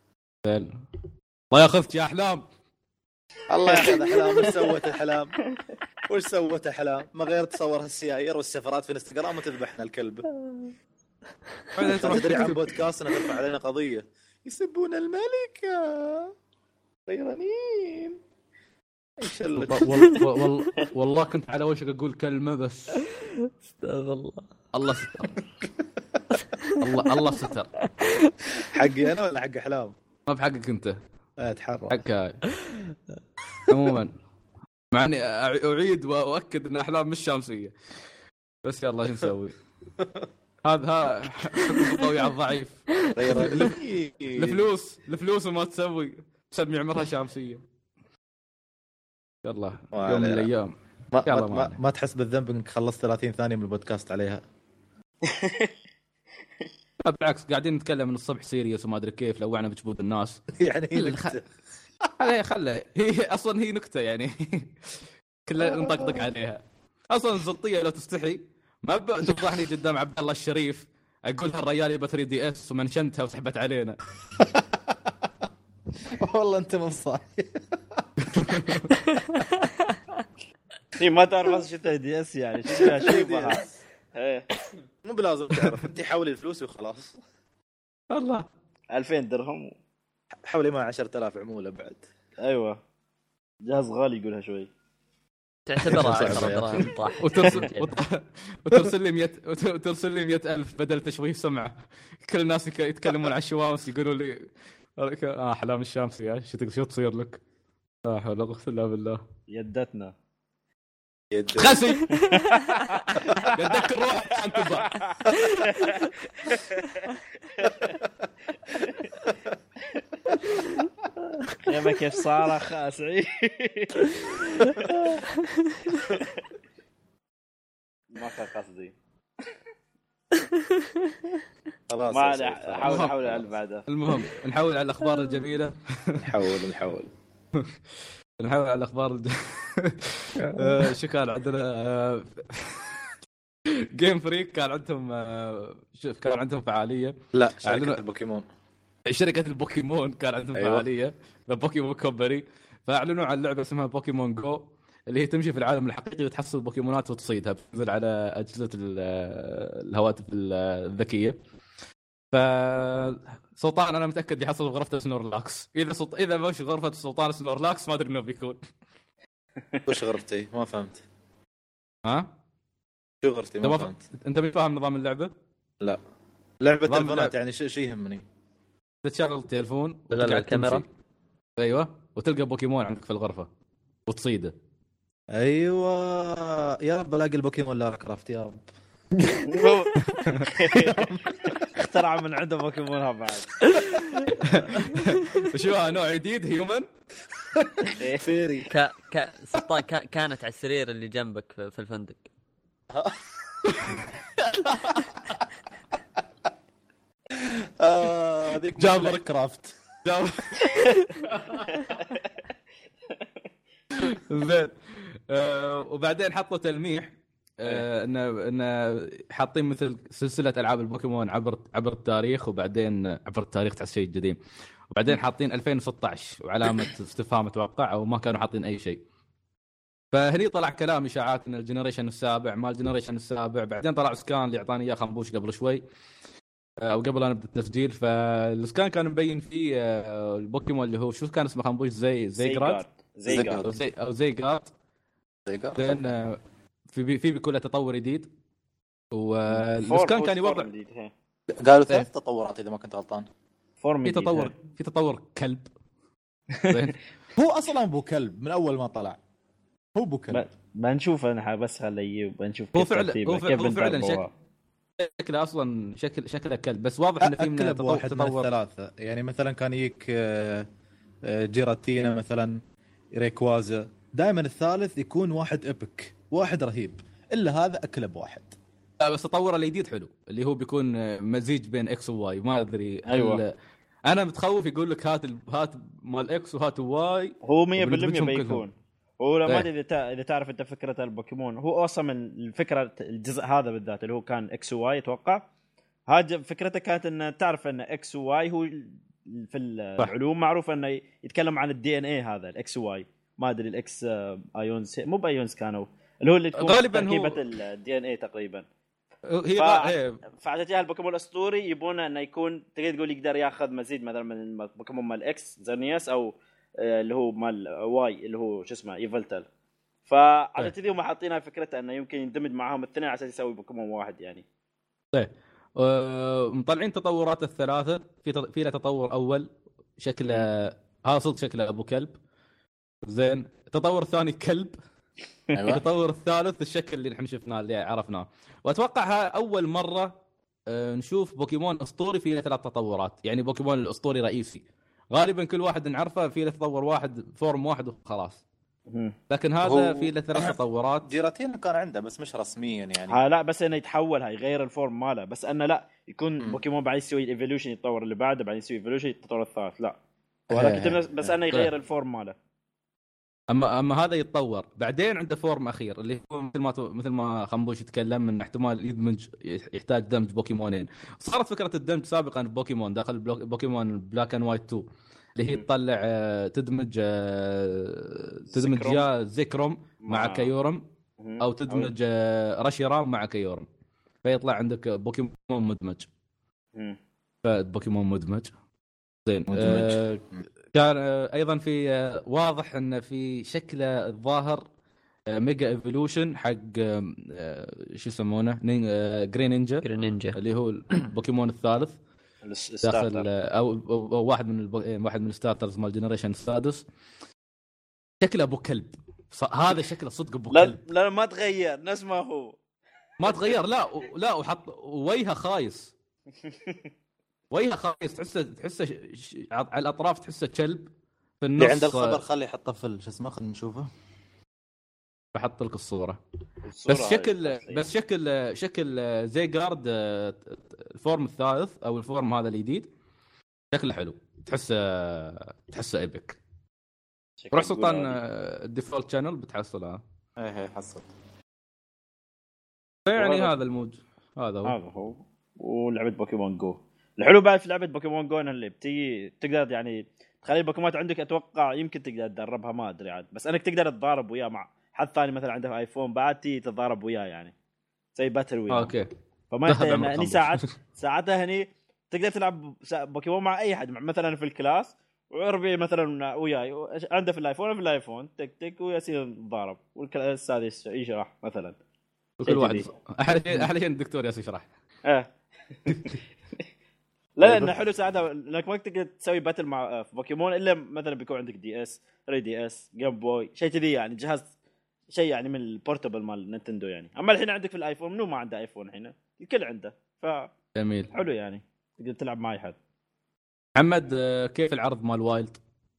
الله ياخذك يا احلام.
الله ياخذ احلام. وش سوت احلام؟ ما غير تصور السيايير والسفرات في انستغرام وتذبحنا الكلب. تدري عن بودكاستنا ترفع علينا قضيه يسبون الملكه غيرانين.
والله كنت على وشك اقول كلمه بس
استغفر
الله ستر. الله ستر.
حقي انا ولا حق احلام؟
ما بحقك انت،
اتحرك
حقك. عموما مع اني اعيد واؤكد ان احلام مش شامسيه، بس يلا شو نسوي؟ هذا قوي على الضعيف. الفلوس وما تسوي تسمي عمرها شامسيه. يلا يوم من الايام
ما تحس بالذنب انك خلصت 30 ثانيه من البودكاست عليها؟
بالعكس قاعدين نتكلم من الصبح سيريس وما ادري كيف، لوعنا بجبود الناس.
يعني هي نكته.
خلها هي اصلا هي نكته يعني. كلنا نطقطق عليها. اصلا الزلطيه لو تستحي ما تفضحني قدام عبد الله الشريف اقول هالرجال يبى 3 دي اس ومنشنتها وسحبت علينا.
والله انت مو صاحي.
هي ما تعرف شو 3 دي اس يعني شو ايه
مو بلازم تعرف، انت حولي الفلوس وخلاص.
والله
2000 درهم
حولي ما 10,000 عموله بعد.
ايوه جهاز غالي يقولها شوي.
تعتبرها 10 دراهم طاح.
وترسل لي 100,000 بدل تشويه سمعه. كل الناس يتكلمون على الشوامس يقولوا لي احلام الشامسي شو تصير لك. لا حول ولا قوة الا بالله.
يدتنا
خسي يدك الروح عشان تبع.
يا كيف صار خاسعي. ما كان قصدي.
خلاص
ما حاول على بعده.
المهم نحول على الاخبار الجميله.
نحول
نحول على الاخبار شو كان عندنا؟ جيم فريك كان عندهم كان عندهم فعاليه.
لا شركه البوكيمون،
شركه البوكيمون كان عندهم فعاليه بوكيمون كومباني، فاعلنوا عن لعبه اسمها بوكيمون جو، اللي هي تمشي في العالم الحقيقي وتحصل بوكيمونات وتصيدها، بتنزل على اجهزه الهواتف الذكيه. فسلطان انا متاكد يحصل غرفه سنورلاكس. اذا مش غرفه سلطان سنورلاكس ما ادري انه بيكون.
وش غرفتي؟ ما فهمت.
ها
شو غرفتي؟ ما فهمت.
انت مش فاهم نظام اللعبه؟
لا لعبه تلفونات يعني شو يهمني؟
تشغل التليفون
تشغل الكاميرا،
ايوه، وتلقى بوكيمون عندك في الغرفه وتصيده.
ايوه يا رب الاقي البوكيمون لارا كرافت يا رب.
اخترع من عنده بوكيمونها بعد.
شو نوع جديد هيومن
فيري.
سلطان كانت على السرير اللي جنبك في الفندق.
هذيك
جابر
كرافت.
زين. وبعدين حطوا تلميح ان حاطين مثل سلسله العاب البوكيمون عبر التاريخ، وبعدين عبر التاريخ تحس شيء قديم، وبعدين حاطين 2016 وعلامه استفهام اتوقع، او ما كانوا حاطين اي شيء. فهني طلع كلام اشاعات ان الجنريشن السابع، ما الجنريشن السابع. بعدين طلع سكان اللي اعطاني اياه خنبوش قبل شوي او قبل انا بدأت التسجيل، فالسكان كان مبين فيه البوكيمون اللي هو شو كان اسمه خنبوش زي جارد او زي جارد. لان في بكل تطور جديد، والسكان كان يوضح
قالوا 3 تطورات اذا ما كنت غلطان.
في تطور كلب.
هو اصلا ابو كلب من اول ما طلع، هو ابو كلب.
بنشوف انا بس هلا بنشوف
هو فعلا شكله اصلا شكله كلب، بس واضح انه في من
تطور ثلاثه. يعني مثلا كان يجيك جيراتينا مثلا، ريكوازا، دائما الثالث يكون واحد ايبك، واحد رهيب، الا هذا اكلب واحد.
بس تطور الجديد حلو، اللي هو بيكون مزيج بين اكس وواي. ما ادري
ايوه
انا متخوف يقول لك هات مال اكس وهات واي.
هو 100% بيكون. هو ما ادري اذا تعرف انت فكره البوكيمون، هو اصلا من الفكره الجزء هذا بالذات اللي هو كان اكس وواي اتوقع. هذه فكرته كانت ان تعرف ان اكس وواي هو في العلوم معروف انه يتكلم عن الدي ان اي، هذا الاكس واي. ما ادري الاكس ايونز مو بايونز كانوا اللي هو اللي تكون تركيبه الدي ان اي تقريبا. هي فعشان جاء البوكيمون الاسطوري يبون انه يكون تقدر تقول يقدر ياخذ مزيد مثلا من البوكيمون مال اكس زرنياس او اللي هو مال واي اللي هو شو اسمه ايفلتل. فعلى كذي هم حاطينها فكرته انه يمكن يندمج معهم الاثنين على اساس يسوي بوكيمون واحد يعني.
طيب مطلعين تطورات الثلاثه. في له تطور اول شكله صدق شكله ابو كلب. زين. التطور الثاني كلب. التطور الثالث الشكل اللي نحن شفناه اللي عرفناه. واتوقع اول مره نشوف بوكيمون اسطوري فيه 3 تطورات. يعني بوكيمون الاسطوري رئيسي غالبا كل واحد نعرفه فيه تطور واحد، فورم واحد وخلاص. لكن هذا فيه 3 تطورات.
جيراتين كان عنده بس مش رسميا يعني.
لا بس انه يتحول، هاي يغير الفورم ماله، بس انه لا يكون بوكيمون بعد يسوي الايفولوشن يتطور اللي بعده، بعد يسوي ايفولوشن يتطور الثالث. لا ولكن بس انه يغير الفورم ماله.
اما هذا يتطور بعدين عنده فورم اخير اللي هو مثل ما خنبوش يتكلم من احتمال يدمج، يحتاج دمج بوكيمونين. صارت فكره الدمج سابقا بوكيمون داخل بوكيمون بلاك اند وايت 2 اللي هي تطلع تدمج يا زيكروم مع كيورم او تدمج راشيرام مع كيورم، فيطلع عندك بوكيمون مدمج. فبوكيمون مدمج زين. كان ايضا في واضح ان في شكله الظاهر ميجا ايفولوشن حق شو يسمونه جرين نينجا اللي هو البوكيمون الثالث داخل او واحد من الستارترز مال جنريشن السادس. شكله ابو كلب. هذا شكله صدق ابو كلب.
لا ما تغير نفس ما هو.
ما تغير. لا وحط وجهه خايس. وجهه خايس تحسه على الاطراف تحسه كلب في النص.
اللي عند الخبر خلي يحطه في شو اسمه، خلينا نشوفه.
بحط لك الصوره بس شكل زي جارد الفورم الثالث او الفورم هذا الجديد شكله حلو. تحسه ايبك. روح سلطان الديفولت شانل بتحصلها.
ايه حصل.
يعني هذا المود هذا
هو ولعبه بوكيمون جو. الحلو بعد في لعبه بوكيمون جو اللي بتيجي تقدر يعني تخلي البوكيمونات عندك. اتوقع يمكن تقدر تدربها ما ادري عاد، بس انك تقدر تضارب وياه مع حد ثاني مثلا عنده ايفون بعد تتضارب وياه يعني زي باتل وياه.
اوكي.
فما يعني ساعتها هني تقدر تلعب بوكيمون مع اي حد مثلا في الكلاس وربي مثلا وياي عنده في الايفون تك تك ويصير نضارب والكلاس هذا يشرح مثلا
وكل واحد احلى شيء الدكتور يشرح.
لا انه حلو ساعتها انك ما تقدر تسوي باتل مع بوكيمون الا مثلا بيكون عندك دي اس 3 دي اس جيم بوي شيء كذي يعني جهاز شيء يعني من البورتبل مال نينتندو يعني. اما الحين عندك في الايفون منو ما عنده ايفون الحين الكل عنده. ف
جميل
حلو يعني تقدر تلعب مع اي حد.
محمد كيف العرض مال وايلد؟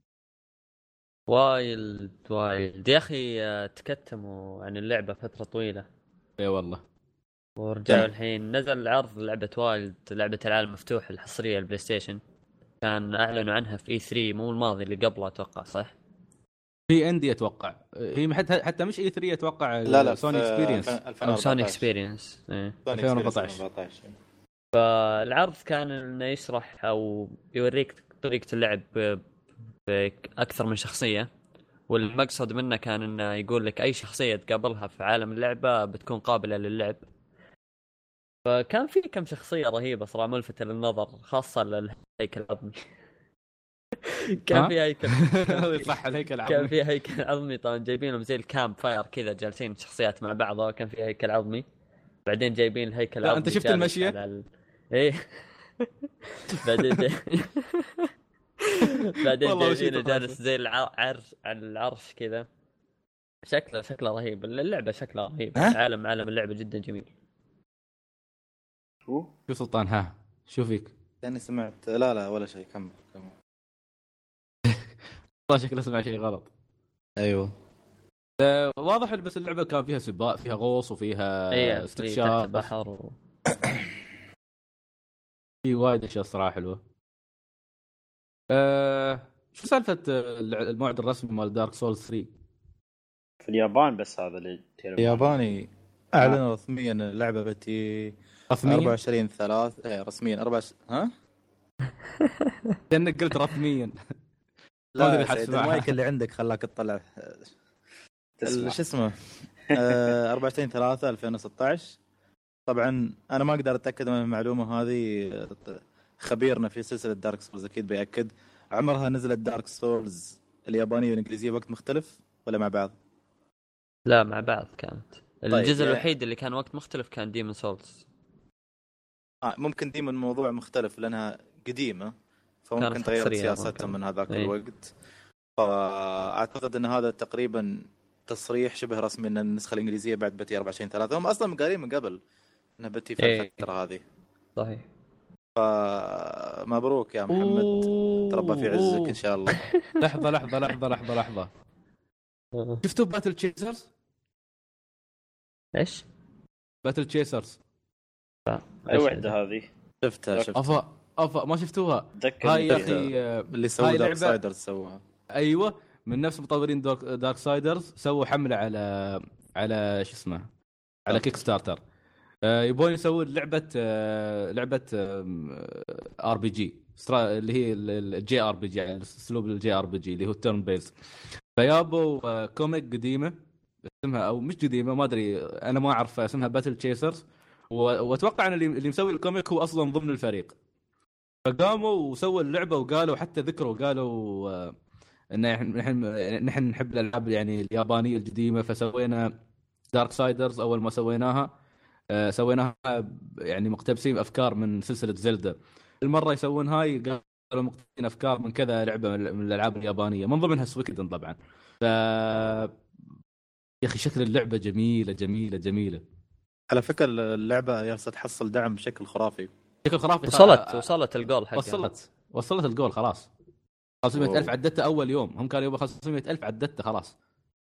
وايلد يا اخي تكتموا عن اللعبه فتره طويله.
اي والله.
ورجعوا الحين نزل عرض لعبه وايلد، لعبه العالم المفتوح الحصريه البلاي ستيشن. كان اعلنوا عنها في E3 مو الماضي اللي قبله اتوقع صح؟
في اندي اتوقع هي حتى مش E3 اتوقع.
لا
سوني اكسبيرينس
او سوني اكسبيرينس
2014.
فالعرض كان انه يشرح او يوريك طريقه اللعب باكثر من شخصيه، والمقصد منه كان انه يقول لك اي شخصيه تقابلها في عالم اللعبه بتكون قابله للعب. فكان في كم شخصيه رهيبه صراحه ملفته للنظر، خاصه للهيكل العظمي. كان في هيكل
صح الهيكل العظمي.
كان في هيكل عظمي طبعا جايبينهم زي الكامب فاير كذا جالسين شخصيات مع بعضها. كان في هيكل عظمي بعدين جايبين الهيكل العظمي.
انت شفت المشيه
ايه بعدين جايبينه جالس زي العرش على العرش كذا. شكله رهيب اللعبه، شكلها رهيب. عالم اللعبه جدا جميل.
شو
سلطان ها شو فيك؟
يعني سمعت لا ولا شيء. كمل
شكله سمع شيء غلط.
ايوه
واضح بس اللعبه كان فيها سباق، فيها غوص وفيها استكشاف
بحر
في وايد اشياء صراحه حلوه. شو سالفه الموعد الرسمي مال دارك سولز 3
في اليابان؟ بس هذا اللي
الياباني اعلن رسميا اللعبه بتي 24/3 رسميا 4 ها
لانك قلت رسميا.
لا المايك اللي عندك خلاك تطلع شو اسمه 24/3/2016. طبعا انا ما اقدر اتاكد من المعلومه هذه، خبيرنا في سلسله دارك سولز اكيد بياكد. عمرها نزلت دارك سولز اليابانيه والانجليزيه وقت مختلف ولا مع بعض؟
لا مع بعض كانت. الجزء الوحيد اللي كان وقت مختلف كان ديمون سولز.
ممكن ديمون موضوع مختلف لانها قديمه فممكن تغير سياستهم من هذاك الوقت. فاعتقد ان هذا تقريبا تصريح شبه رسمي ان النسخه الانجليزيه بعد بتي 24/3. هم اصلا قايلين من قبل انها بتي في الفتره هذه.
صحيح.
فمبروك يا محمد تربى في عزك ان شاء الله.
لحظه شفتوا باتل تشيسرز؟
ايش
باتل تشيسرز؟
اي وحده هذه
شفتها
افا ما شفتوها؟
هاي
يا اخي
اللي سووا دارك سايدرز سووها.
ايوه من نفس مطورين دارك سايدرز سووا حمله على شو اسمه على كيك ستارتر. يبون يسوون لعبه ار بي جي اللي هي الجي ار بي جي يعني اسلوب الجي ار بي جي اللي هو التيرن بيز. فيابوا كوميك قديمه اسمها او مش قديمه ما ادري انا ما اعرف اسمها باتل تشيسرز، واتوقع ان اللي مسوي الكوميك هو اصلا ضمن الفريق. فقاموا وسووا اللعبه وقالوا حتى ذكروا قالوا ان نحن نحب الالعاب يعني اليابانيه القديمه. فسوينا دارك سايدرز اول ما سويناها يعني مقتبسين افكار من سلسله زلدا. المره يسوون هاي مقتبسين افكار من كذا لعبه من الالعاب اليابانيه، من ضمنها سويكدن طبعا. ف يا اخي شكل اللعبه جميله جميله جميله.
على فكره اللعبه يا تحصل دعم بشكل خرافي،
بشكل خرافي.
وصلت الجول حقها.
وصلت الجول خلاص. 500,000 عدتها اول يوم، هم كانوا يبغى 500,000 عدتها خلاص.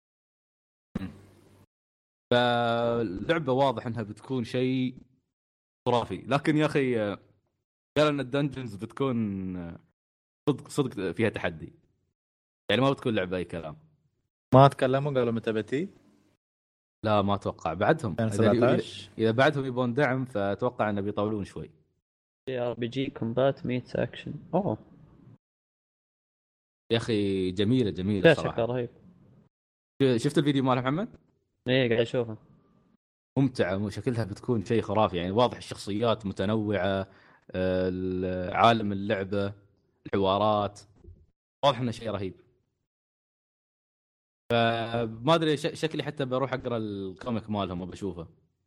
فاللعبه واضح انها بتكون شيء خرافي، لكن يا اخي قال ان الدنجنز بتكون صدق فيها تحدي، يعني ما بتكون لعبه اي كلام.
ما تكلموا قالوا متى بتي؟
لا ما اتوقع بعدهم. اذا بعدهم يبون دعم فاتوقع انه بيطولون شوي.
ار بي جي كومبات ميتس اكشن.
يا اخي جميله صراحه.
شكله رهيب.
شفت الفيديو مال محمد؟
ايه قاعد اشوفه.
ممتعه، شكلها بتكون شيء خرافي، يعني واضح الشخصيات متنوعه، عالم اللعبه، الحوارات، واضح انه شيء رهيب. فما ادري شكلي حتى بروح اقرا الكوميك مالهم وبشوفه.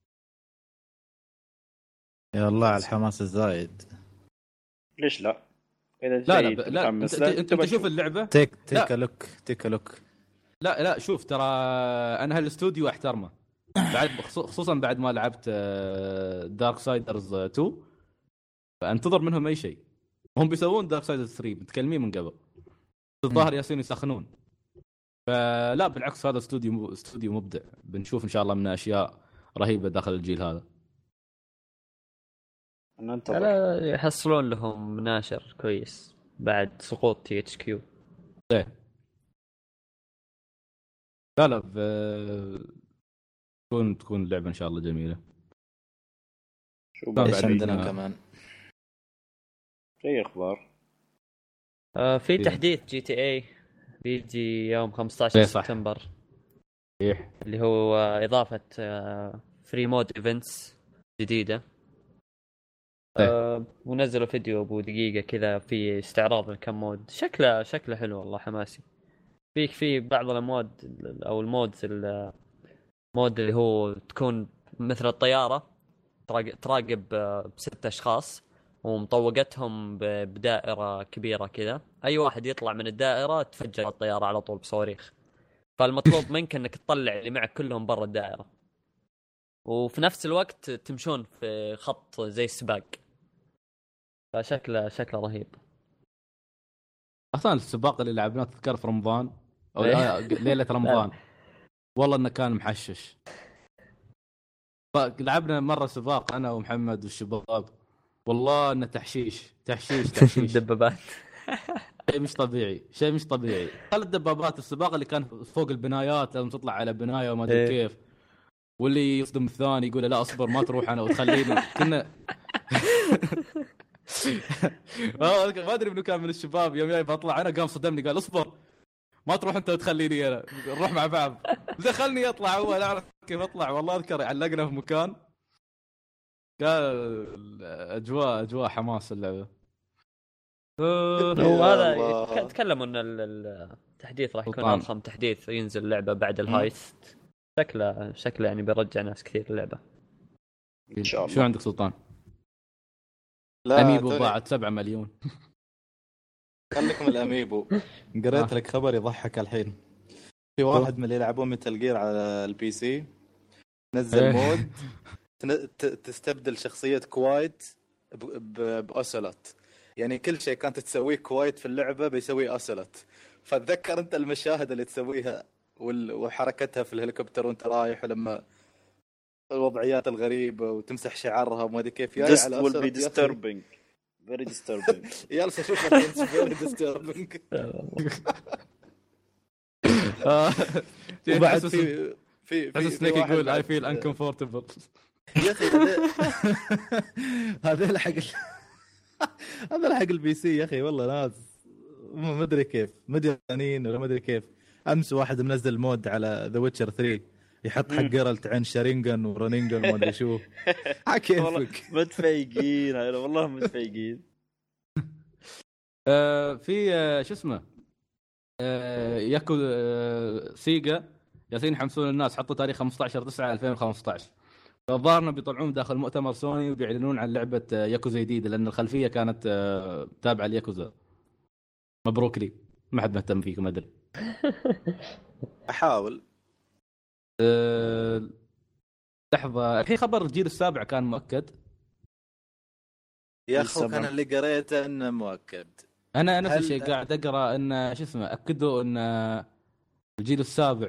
يا الله على الحماس الزايد.
ليش لا؟ اذا
لا انت تشوف اللعبه
تيك لوك.
لا شوف، ترى انا هالاستوديو احترمه بعد، خصوصا بعد ما لعبت دارك سايدرز 2، فانتظر منهم اي شيء. هم بيسوون دارك سايدرز 3 متكلمين من قبل، الظاهر ياسين يسخنون. فلا بالعكس، هذا استوديو مبدع، بنشوف ان شاء الله من اشياء رهيبه داخل الجيل هذا.
لا يحصلون لهم ناشر كويس بعد سقوط تي اتش كيو.
ايه لا تكون اللعبه ان شاء الله جميله.
شو
بعد عندنا كمان
في اخبار؟
في تحديث جي تي اي بيجي يوم 15 سبتمبر.
إيه.
اللي هو اضافه فري مود ايفنتس جديده. ونزلوا فيديو ابو دقيقه كذا في استعراض لكم مود. شكله حلو والله، حماسي. في بعض المود او المودز اللي هو تكون مثل الطياره، تراقب ب6 اشخاص ومطوقتهم بدائره كبيره كذا، اي واحد يطلع من الدائره تفجر الطياره على طول بصواريخ. فالمطلوب منك انك تطلع اللي معك كلهم برا الدائره، وفي نفس الوقت تمشون في خط زي السباق. فشكله رهيب.
اصلا السباق اللي لعبناه تذكر في رمضان او ليله رمضان، والله انه كان محشش. لعبنا مره سباق انا ومحمد والشباب، والله انه تحشيش
دبابات.
شيء مش طبيعي. قال الدبابات، السباق اللي كان فوق البنايات لازم تطلع على بنايه وما ادري كيف، واللي يصدم الثاني يقول لا اصبر ما تروح انا وتخليني. كنا ما ادري منو كان من الشباب يوم جاي بطلع انا، قام صدمني قال اصبر ما تروح انت وتخليني انا، نروح مع بعض. دخلني اطلع هو، لا اعرف كيف اطلع. والله اذكر علقنا في مكان، قال اجواء حماس اللعبه.
وهذا تكلموا ان التحديث راح يكون اضخم تحديث ينزل اللعبه بعد الهايست. شكله يعني بيرجع ناس كثير اللعبه
ان شاء الله.
شو عندك سلطان؟ اميبو باعت 7 مليون.
خليكم الاميبو. قريت لك خبر يضحك الحين. في واحد من اللي يلعبون ميتال جير على البي سي نزل مود تستبدل شخصية كوايت بأوسلوت. يعني كل شيء كانت تسويه كوايت في اللعبة بيسوي أوسلوت. فتذكر أنت المشاهد اللي تسويها وحركتها في الهليكوبتر وانت رايح، ولما الوضعيات الغريبة وتمسح شعرها وما ادري كيف.
This will be disturbing. Very disturbing.
يلا شوف انت very disturbing.
وبعد في سنيك يقول I feel uncomfortable.
يا اخي هذا لحق البي سي يا اخي، والله ناس ما ادري كيف مديانين ولا ما ادري كيف. امس واحد منزل مود على ذا ويتشر 3 يحط حق جيرالت عين شارينجن ورنينجن وما ادري شو. كيفك
متفيقين والله متفيقين.
في شو اسمه ياكو سيجا جالسين يحمسون الناس، حطوا تاريخ 15/9/2015. فالظاهر بيطلعون داخل مؤتمر سوني وبيعلنون عن لعبه ياكوزا جديده، لان الخلفيه كانت تابعه لياكوزا. مبروك لي، ما حد مهتم فيك ما ادري.
احاول.
لحظه، الحين خبر الجيل السابع كان مؤكد
يا اخو كان اللي قريته انه مؤكد.
انا نفس الشيء قاعد اقرا ان شو اسمه اكدوا ان الجيل السابع.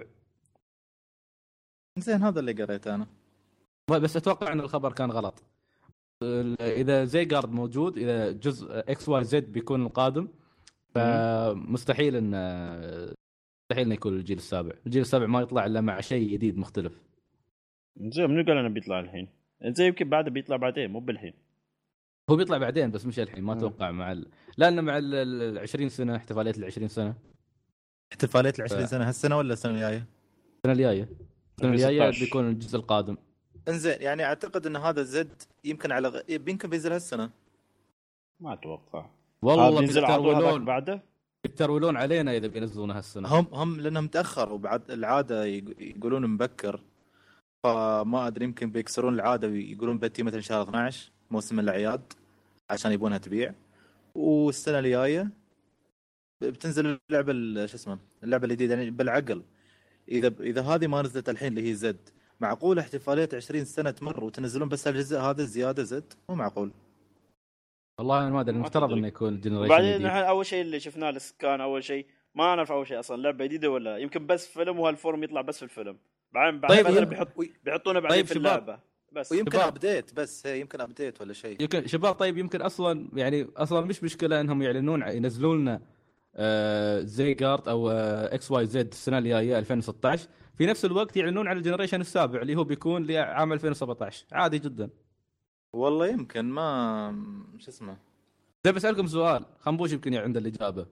زين هذا اللي قريته انا،
بس اتوقع ان الخبر كان غلط. اذا زيغارد موجود، اذا جزء اكس واي زد بيكون القادم، فمستحيل ان مستحيل انه يكون الجيل السابع. الجيل السابع ما يطلع الا مع شيء جديد مختلف.
زين منو قال انه بيطلع الحين؟ زي يمكن بعده بيطلع بعدين مو بالحين.
هو بيطلع بعدين بس مش الحين، ما اتوقع مع لانه مع ال 20 سنه، احتفاليه ال 20 سنه.
احتفاليه ال 20 سنه هالسنه ولا السنه الجايه؟
السنه الجايه. السنه الجايه بيكون الجزء القادم.
انزين يعني اعتقد ان هذا زد يمكن على يمكن بينزل هالسنه.
ما اتوقع
والله
بينزل على بعده،
يترولون علينا اذا بينزلونها هالسنه.
هم لانهم متاخر، وبعد العاده يقولون مبكر، فما ادري يمكن بيكسرون العاده ويقولون بتي مثلا شهر 12 موسم الاعياد عشان يبونها تبيع. والسنه الجايه بتنزل اللعبه شو اسمه اللعبه الجديده. يعني بالعقل اذا هذه ما نزلت الحين اللي هي زد، معقول احتفاليه 20 سنه تمر وتنزلون بس الجزء هذا زياده زد؟ مو معقول.
والله انا ما ادري، المفترض انه يكون جنريشن
بعدين
جديد.
نحن اول شيء اللي شفناه السكان، اول شيء ما نعرف اول شيء اصلا لعبه جديده ولا يمكن بس فيلم، وهالفورم يطلع بس في الفيلم. بعدين
طيب
بيحطونه بعدين في اللعبه بس،
ويمكن ابديت، بس هي يمكن ابديت ولا شيء.
يمكن شباب. طيب يمكن اصلا يعني اصلا مش مشكله انهم يعلنون ينزلون لنا زيغارد او اكس واي زد السنه الجايه 2016، في نفس الوقت يعلنون على الجنريشن السابع اللي هو بيكون لعام 2017 عادي جدا.
والله يمكن ما شو اسمه.
زي بسألكم سؤال، خنبوش يمكن عنده الإجابة.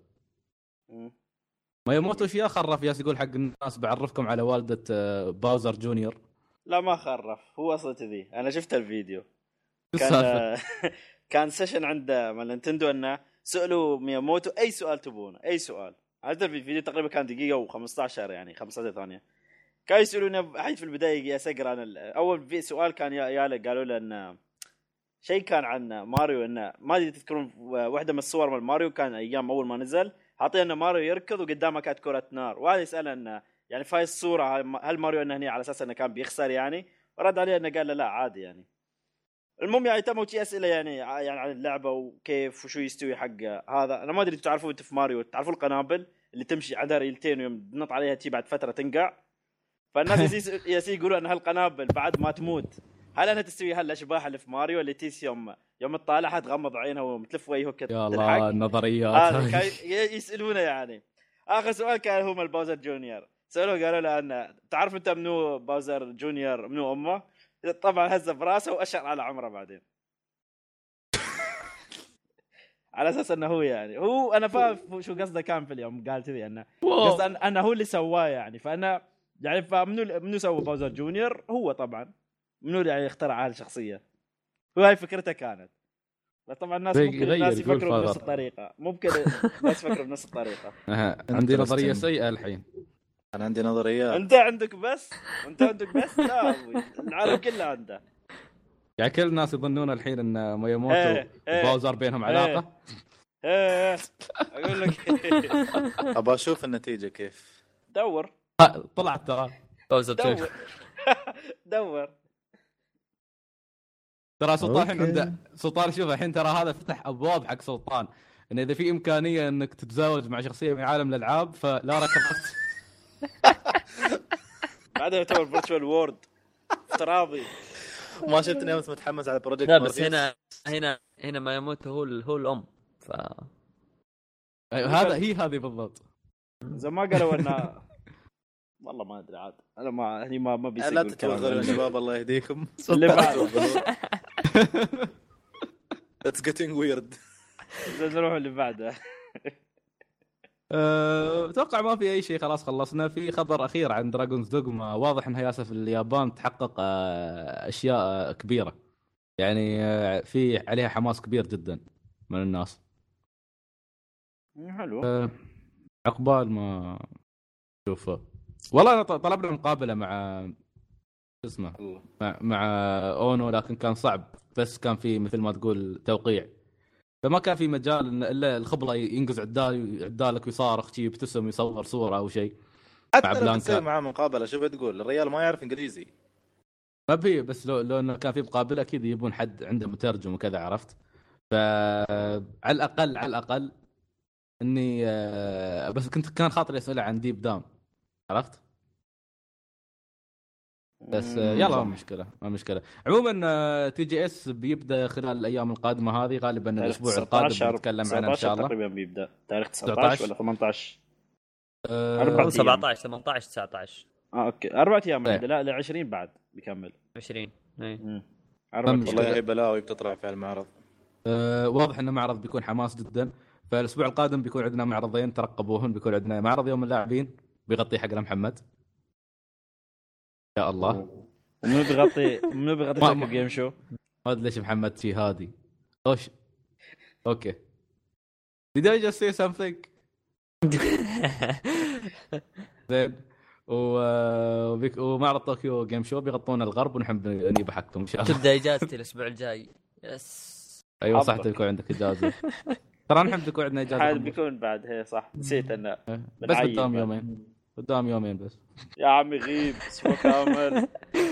ما يموت اشياء خرف ياس يقول حق الناس بعرفكم على والدة باوزر جونيور.
لا ما خرف، هو اصلا كذي. انا شفت الفيديو
كان
كان سيشن عند نينتندو انه سالوا مياموتو اي سؤال تبونه، اي سؤال. هذا الفيديو تقريبا كان دقيقه و15 يعني 15 ثانيه. كانوا يسالونه حي في البدايه يا سقر. انا اول في سؤال كان يا قالوا له انه شيء كان عن ماريو، انه ما ادري تذكرون واحده من الصور مال ماريو كان ايام اول ما نزل حاطين انه ماريو يركض وقدامه كانت كره نار، وهذا يساله انه يعني في الصوره هل ماريو انه هنا على اساس انه كان بيخسر يعني، ورد عليه انه قال له لا عادي يعني. المهم يعني تموا شي اسئله يعني عن اللعبه وكيف وشو يستوي حق هذا. انا ما ادري تعرفوا انت في ماريو تعرفوا القنابل اللي تمشي عندها ريلتين ويوم تنط عليها تي بعد فتره تنقع، فالناس يقولوا ان هالقنابل بعد ما تموت هل انا تستوي هالاشباح اللي في ماريو اللي تيس يوم تطالعها تغمض عينها ومتلف وجهه كذا.
يا الله النظريات
يسالونه يعني. اخر سؤال كان هو مال باوزر جونيور، سالوه قالوا له ان تعرف انت منو باوزر جونيور منو امه؟ طبعا هز براسه واشار على عمره بعدين على اساس انه هو يعني هو انا فاهم شو قصده كان في اليوم قال كذي انه قصد انه هو اللي سواه يعني. فانا يعني منو سوى باوزر جونيور؟ هو طبعا منو يعني اخترع هالشخصيه، وهاي فكرته كانت. طبعا الناس ممكن الناس يفكروا بنفس الطريقه، ممكن الناس يفكروا بنفس الطريقه.
عندي نظريه سيئه الحين.
انا عندي نظريه.
انت عندك بس لا العالم كله عنده.
يعني كل الناس يظنون الحين ان مياموتو وباوزر بينهم علاقه.
اقول لك
ابى اشوف النتيجه كيف.
دور
طلعت ترى
باوزر
دور
ترى سلطان الحين عنده سلطان. شوف الحين ترى هذا فتح ابواب حق سلطان ان اذا في امكانيه انك تتزوج مع شخصيه من عالم الالعاب فلا ركبت.
بعدها يعتبر فيرتشوال وورد افتراضي.
ما شفتني امس متحمس على بروجكت.
لا بس هنا ما يموت هو الام ف
هذه بالضبط.
زي ما قالوا انه والله ما ادري عاد. انا ما بيسوي.
لا تتوغلوا يا شباب الله يهديكم.
اللي بعد
It's getting weird.
نروح اللي بعده.
اتوقع ما في اي شيء، خلاص خلصنا. في خبر اخير عن دراجونز دوغما، واضح انها ياسف اليابان تحقق اشياء كبيره يعني، في عليها حماس كبير جدا من الناس.
حلو.
عقبال ما شوفه. والله انا طلبنا مقابله مع اسمه مع اونو، لكن كان صعب، بس كان في مثل ما تقول توقيع. فما كان في مجال ان الا الخبره ينقز عدالك ويصارخ شي يبتسم ويصور صوره او شيء.
حتى لو تسوي معاه مقابله شوف تقول الرجال ما يعرف انجليزي
ما في، بس لو انه كان في مقابله اكيد يبون حد عنده مترجم وكذا عرفت. فعلى الاقل اني بس كان خاطري اسال عن ديب دام عرفت. بس يلا ما مشكله. عموما تي جي اس بيبدا خلال الايام القادمه هذه، غالبا الاسبوع القادم نتكلم عنه ان شاء الله.
تقريبا بيبدا تاريخ 19 ولا 18
17 18 19
اوكي 4 ايام لا ل 20 بعد بيكمل
20 اي
والله هي بلاوي بتطلع في المعرض.
واضح انه معرض بيكون حماس جدا. فالاسبوع القادم بيكون عندنا معرضين ترقبوهم. بيكون عندنا معرض يوم اللاعبين بيغطيه حقنا محمد يا الله.
منو بيغطي توكيو جيم شو؟
ما ادري ليش محمد شي هادي. اوكي did I just say something زين. ومعرض طوكيو جيم شو بيغطون الغرب ونحب نجيب حقكم ان شاء الله.
تبدا اجازتي الاسبوع الجاي. يس
ايوه صح بيكون عندك اجازه. ترى نحب يكون عندنا اجازه.
حد بيكون بعد هي صح نسيت انه
بس قدام يومين بس
يا عمي غيب اسبوع كامل.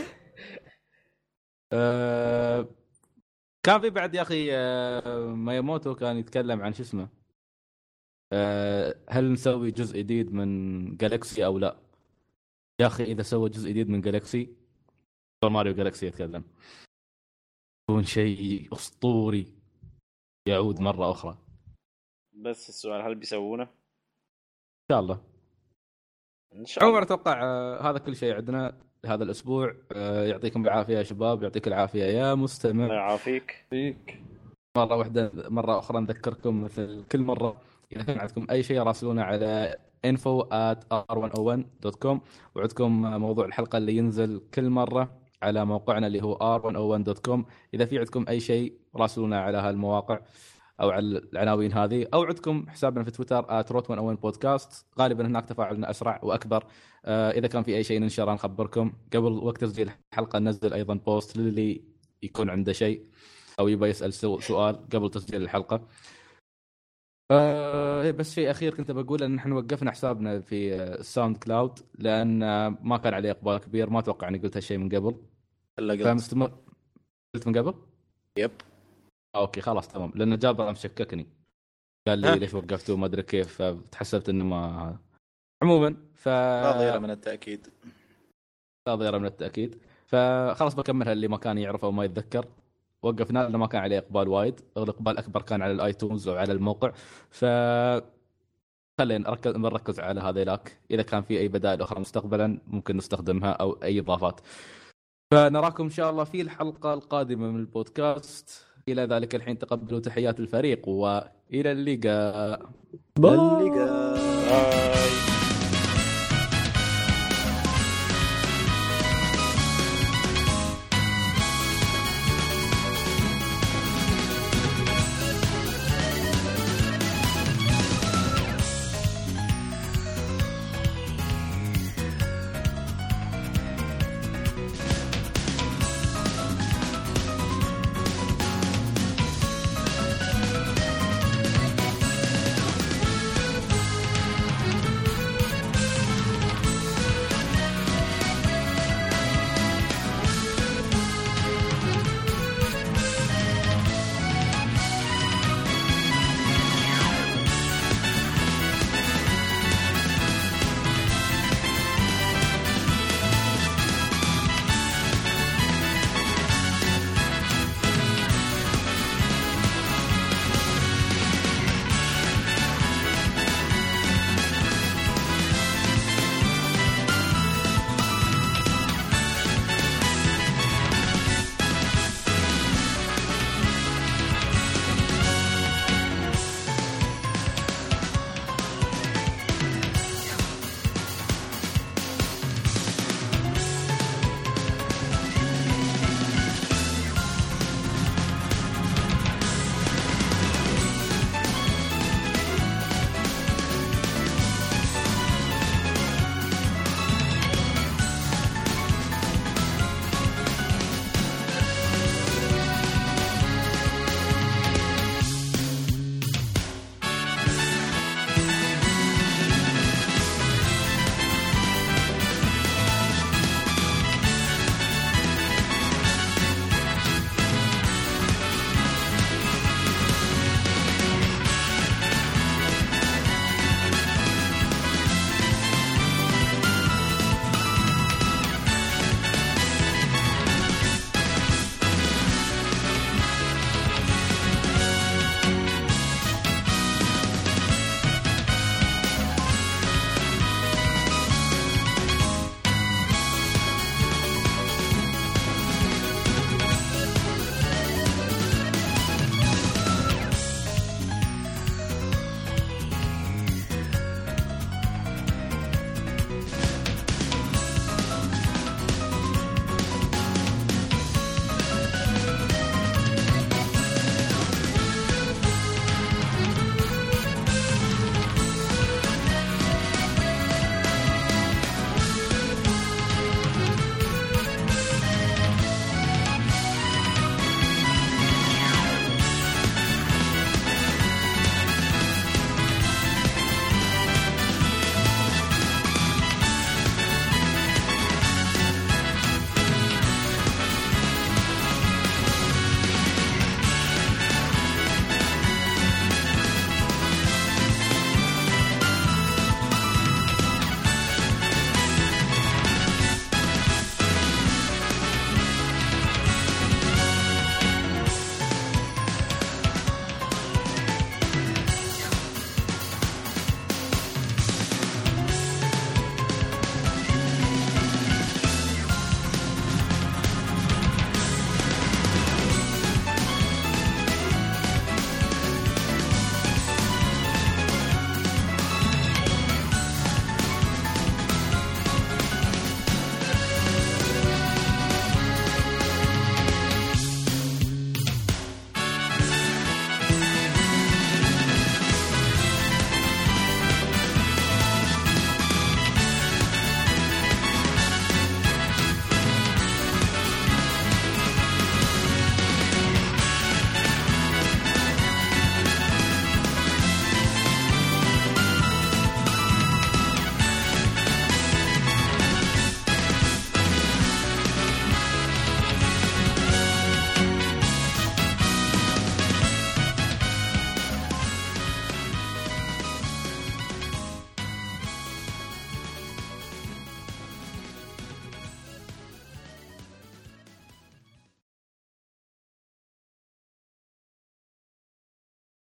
كان في بعد يا اخي مايموتو كان يتكلم عن شو اسمه هل نسوي جزء جديد من جالكسي او لا. يا اخي اذا سوى جزء جديد من جالكسي ماريو جالكسي يتكلم يكون شيء اسطوري يعود مره اخرى.
بس السؤال هل بيسوونه
ان شاء الله عمر اتوقع هذا كل شيء عندنا هذا الاسبوع. يعطيكم العافيه يا شباب. يعطيك العافيه يا مستمع.
الله يعافيك فيك.
مره اخرى نذكركم مثل كل مره اذا كان عندكم اي شيء راسلونا على info@r101.com. وعندكم موضوع الحلقه اللي ينزل كل مره على موقعنا اللي هو r101.com. اذا في عندكم اي شيء راسلونا على هالمواقع او على العناوين هذه، او عندكم حسابنا في تويتر @rot101podcast. غالبا هناك تفاعلنا اسرع واكبر. اذا كان في اي شيء ننشره نخبركم. قبل وقت تسجيل الحلقه ننزل ايضا بوست للي يكون عنده شيء او يبغى يسال سؤال قبل تسجيل الحلقه. بس شيء اخير كنت بقول ان احنا وقفنا حسابنا في الساوند كلاود لان ما كان عليه اقبال كبير. ما اتوقع اني قلت هالشيء من قبل. فمستمر قلت من قبل.
يب
اوكي خلاص تمام. لان جابر مشككني قال لي ليش وقفتوا ما ادري كيف. فتحسبت انه ما عموما
لا ضيره من التاكيد.
فخلاص بكملها اللي ما كان يعرف او ما يتذكر. وقفنا لأنه ما كان عليه إقبال وايد. الإقبال أكبر كان على الآيتونز أو على الموقع. خلينا نركز على هذيلاك. إذا كان في أي بدائل أخرى مستقبلا ممكن نستخدمها أو أي إضافات. فنراكم إن شاء الله في الحلقة القادمة من البودكاست. إلى ذلك الحين تقبلوا تحيات الفريق وإلى اللقاء.
اللقاء.